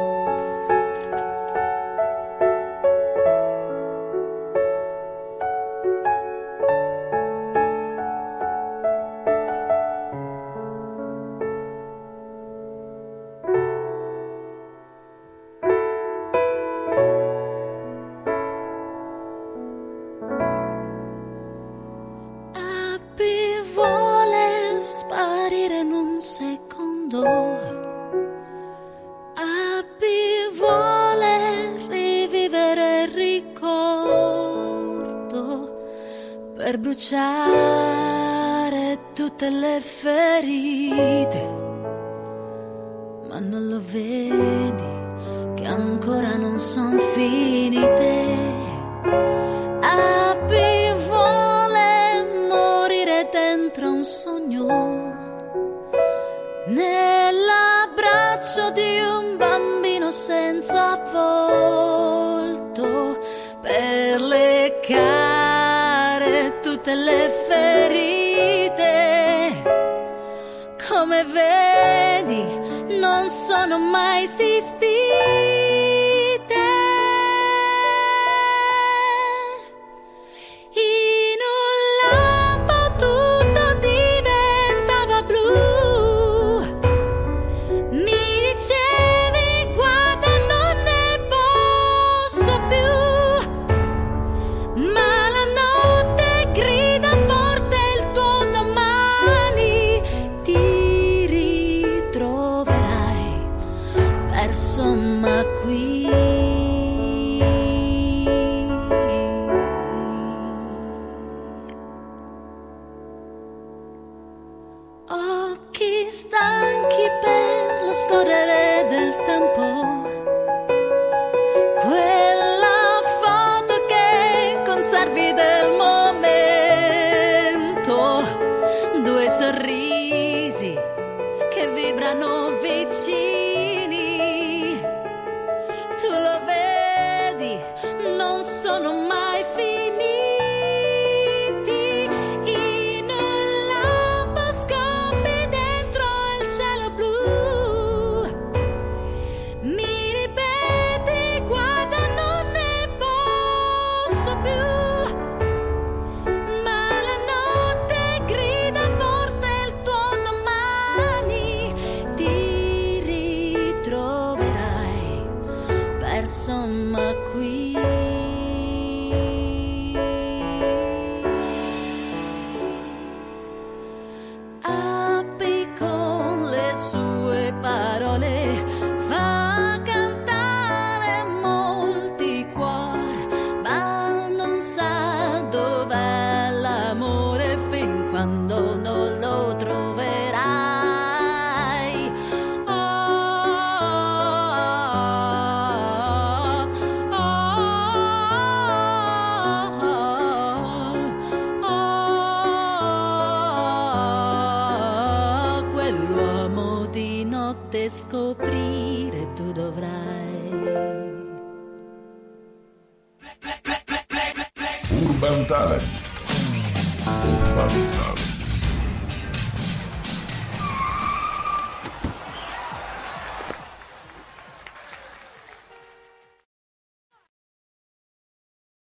Happy vuole sparire in un secondo. Happy vuole rivivere il ricordo per bruciare tutte le ferite, ma non lo vedi che ancora non son finite. Happy vuole morire dentro un sogno, nell'abbraccio di un bambino senza volto, per leccare tutte le ferite. Come vedi, non sono mai esistite. In un lampo tutto diventava blu. Mi dicevi guarda non ne posso più, ma la notte grida forte il tuo domani. Ti ritroverai perso ma qui. Occhi stanchi per lo scorrere del tempo, quella foto che conservi del momento, due sorrisi che vibrano vicini. Tu lo vedi, non sono mai finiti. In un lampo scoppi dentro il cielo blu. Mi ripeti guarda non ne posso più, ma la notte grida forte il tuo domani. Ti ritroverai perso ma qui. Happy con le sue parole fa cantare molti cuori, ma non sa dov'è l'amore fin quando non lo troverai. Oh, oh, oh, oh. Quell'uomo di notte scoprire tu dovrai. Urban Talent. Urban Talent.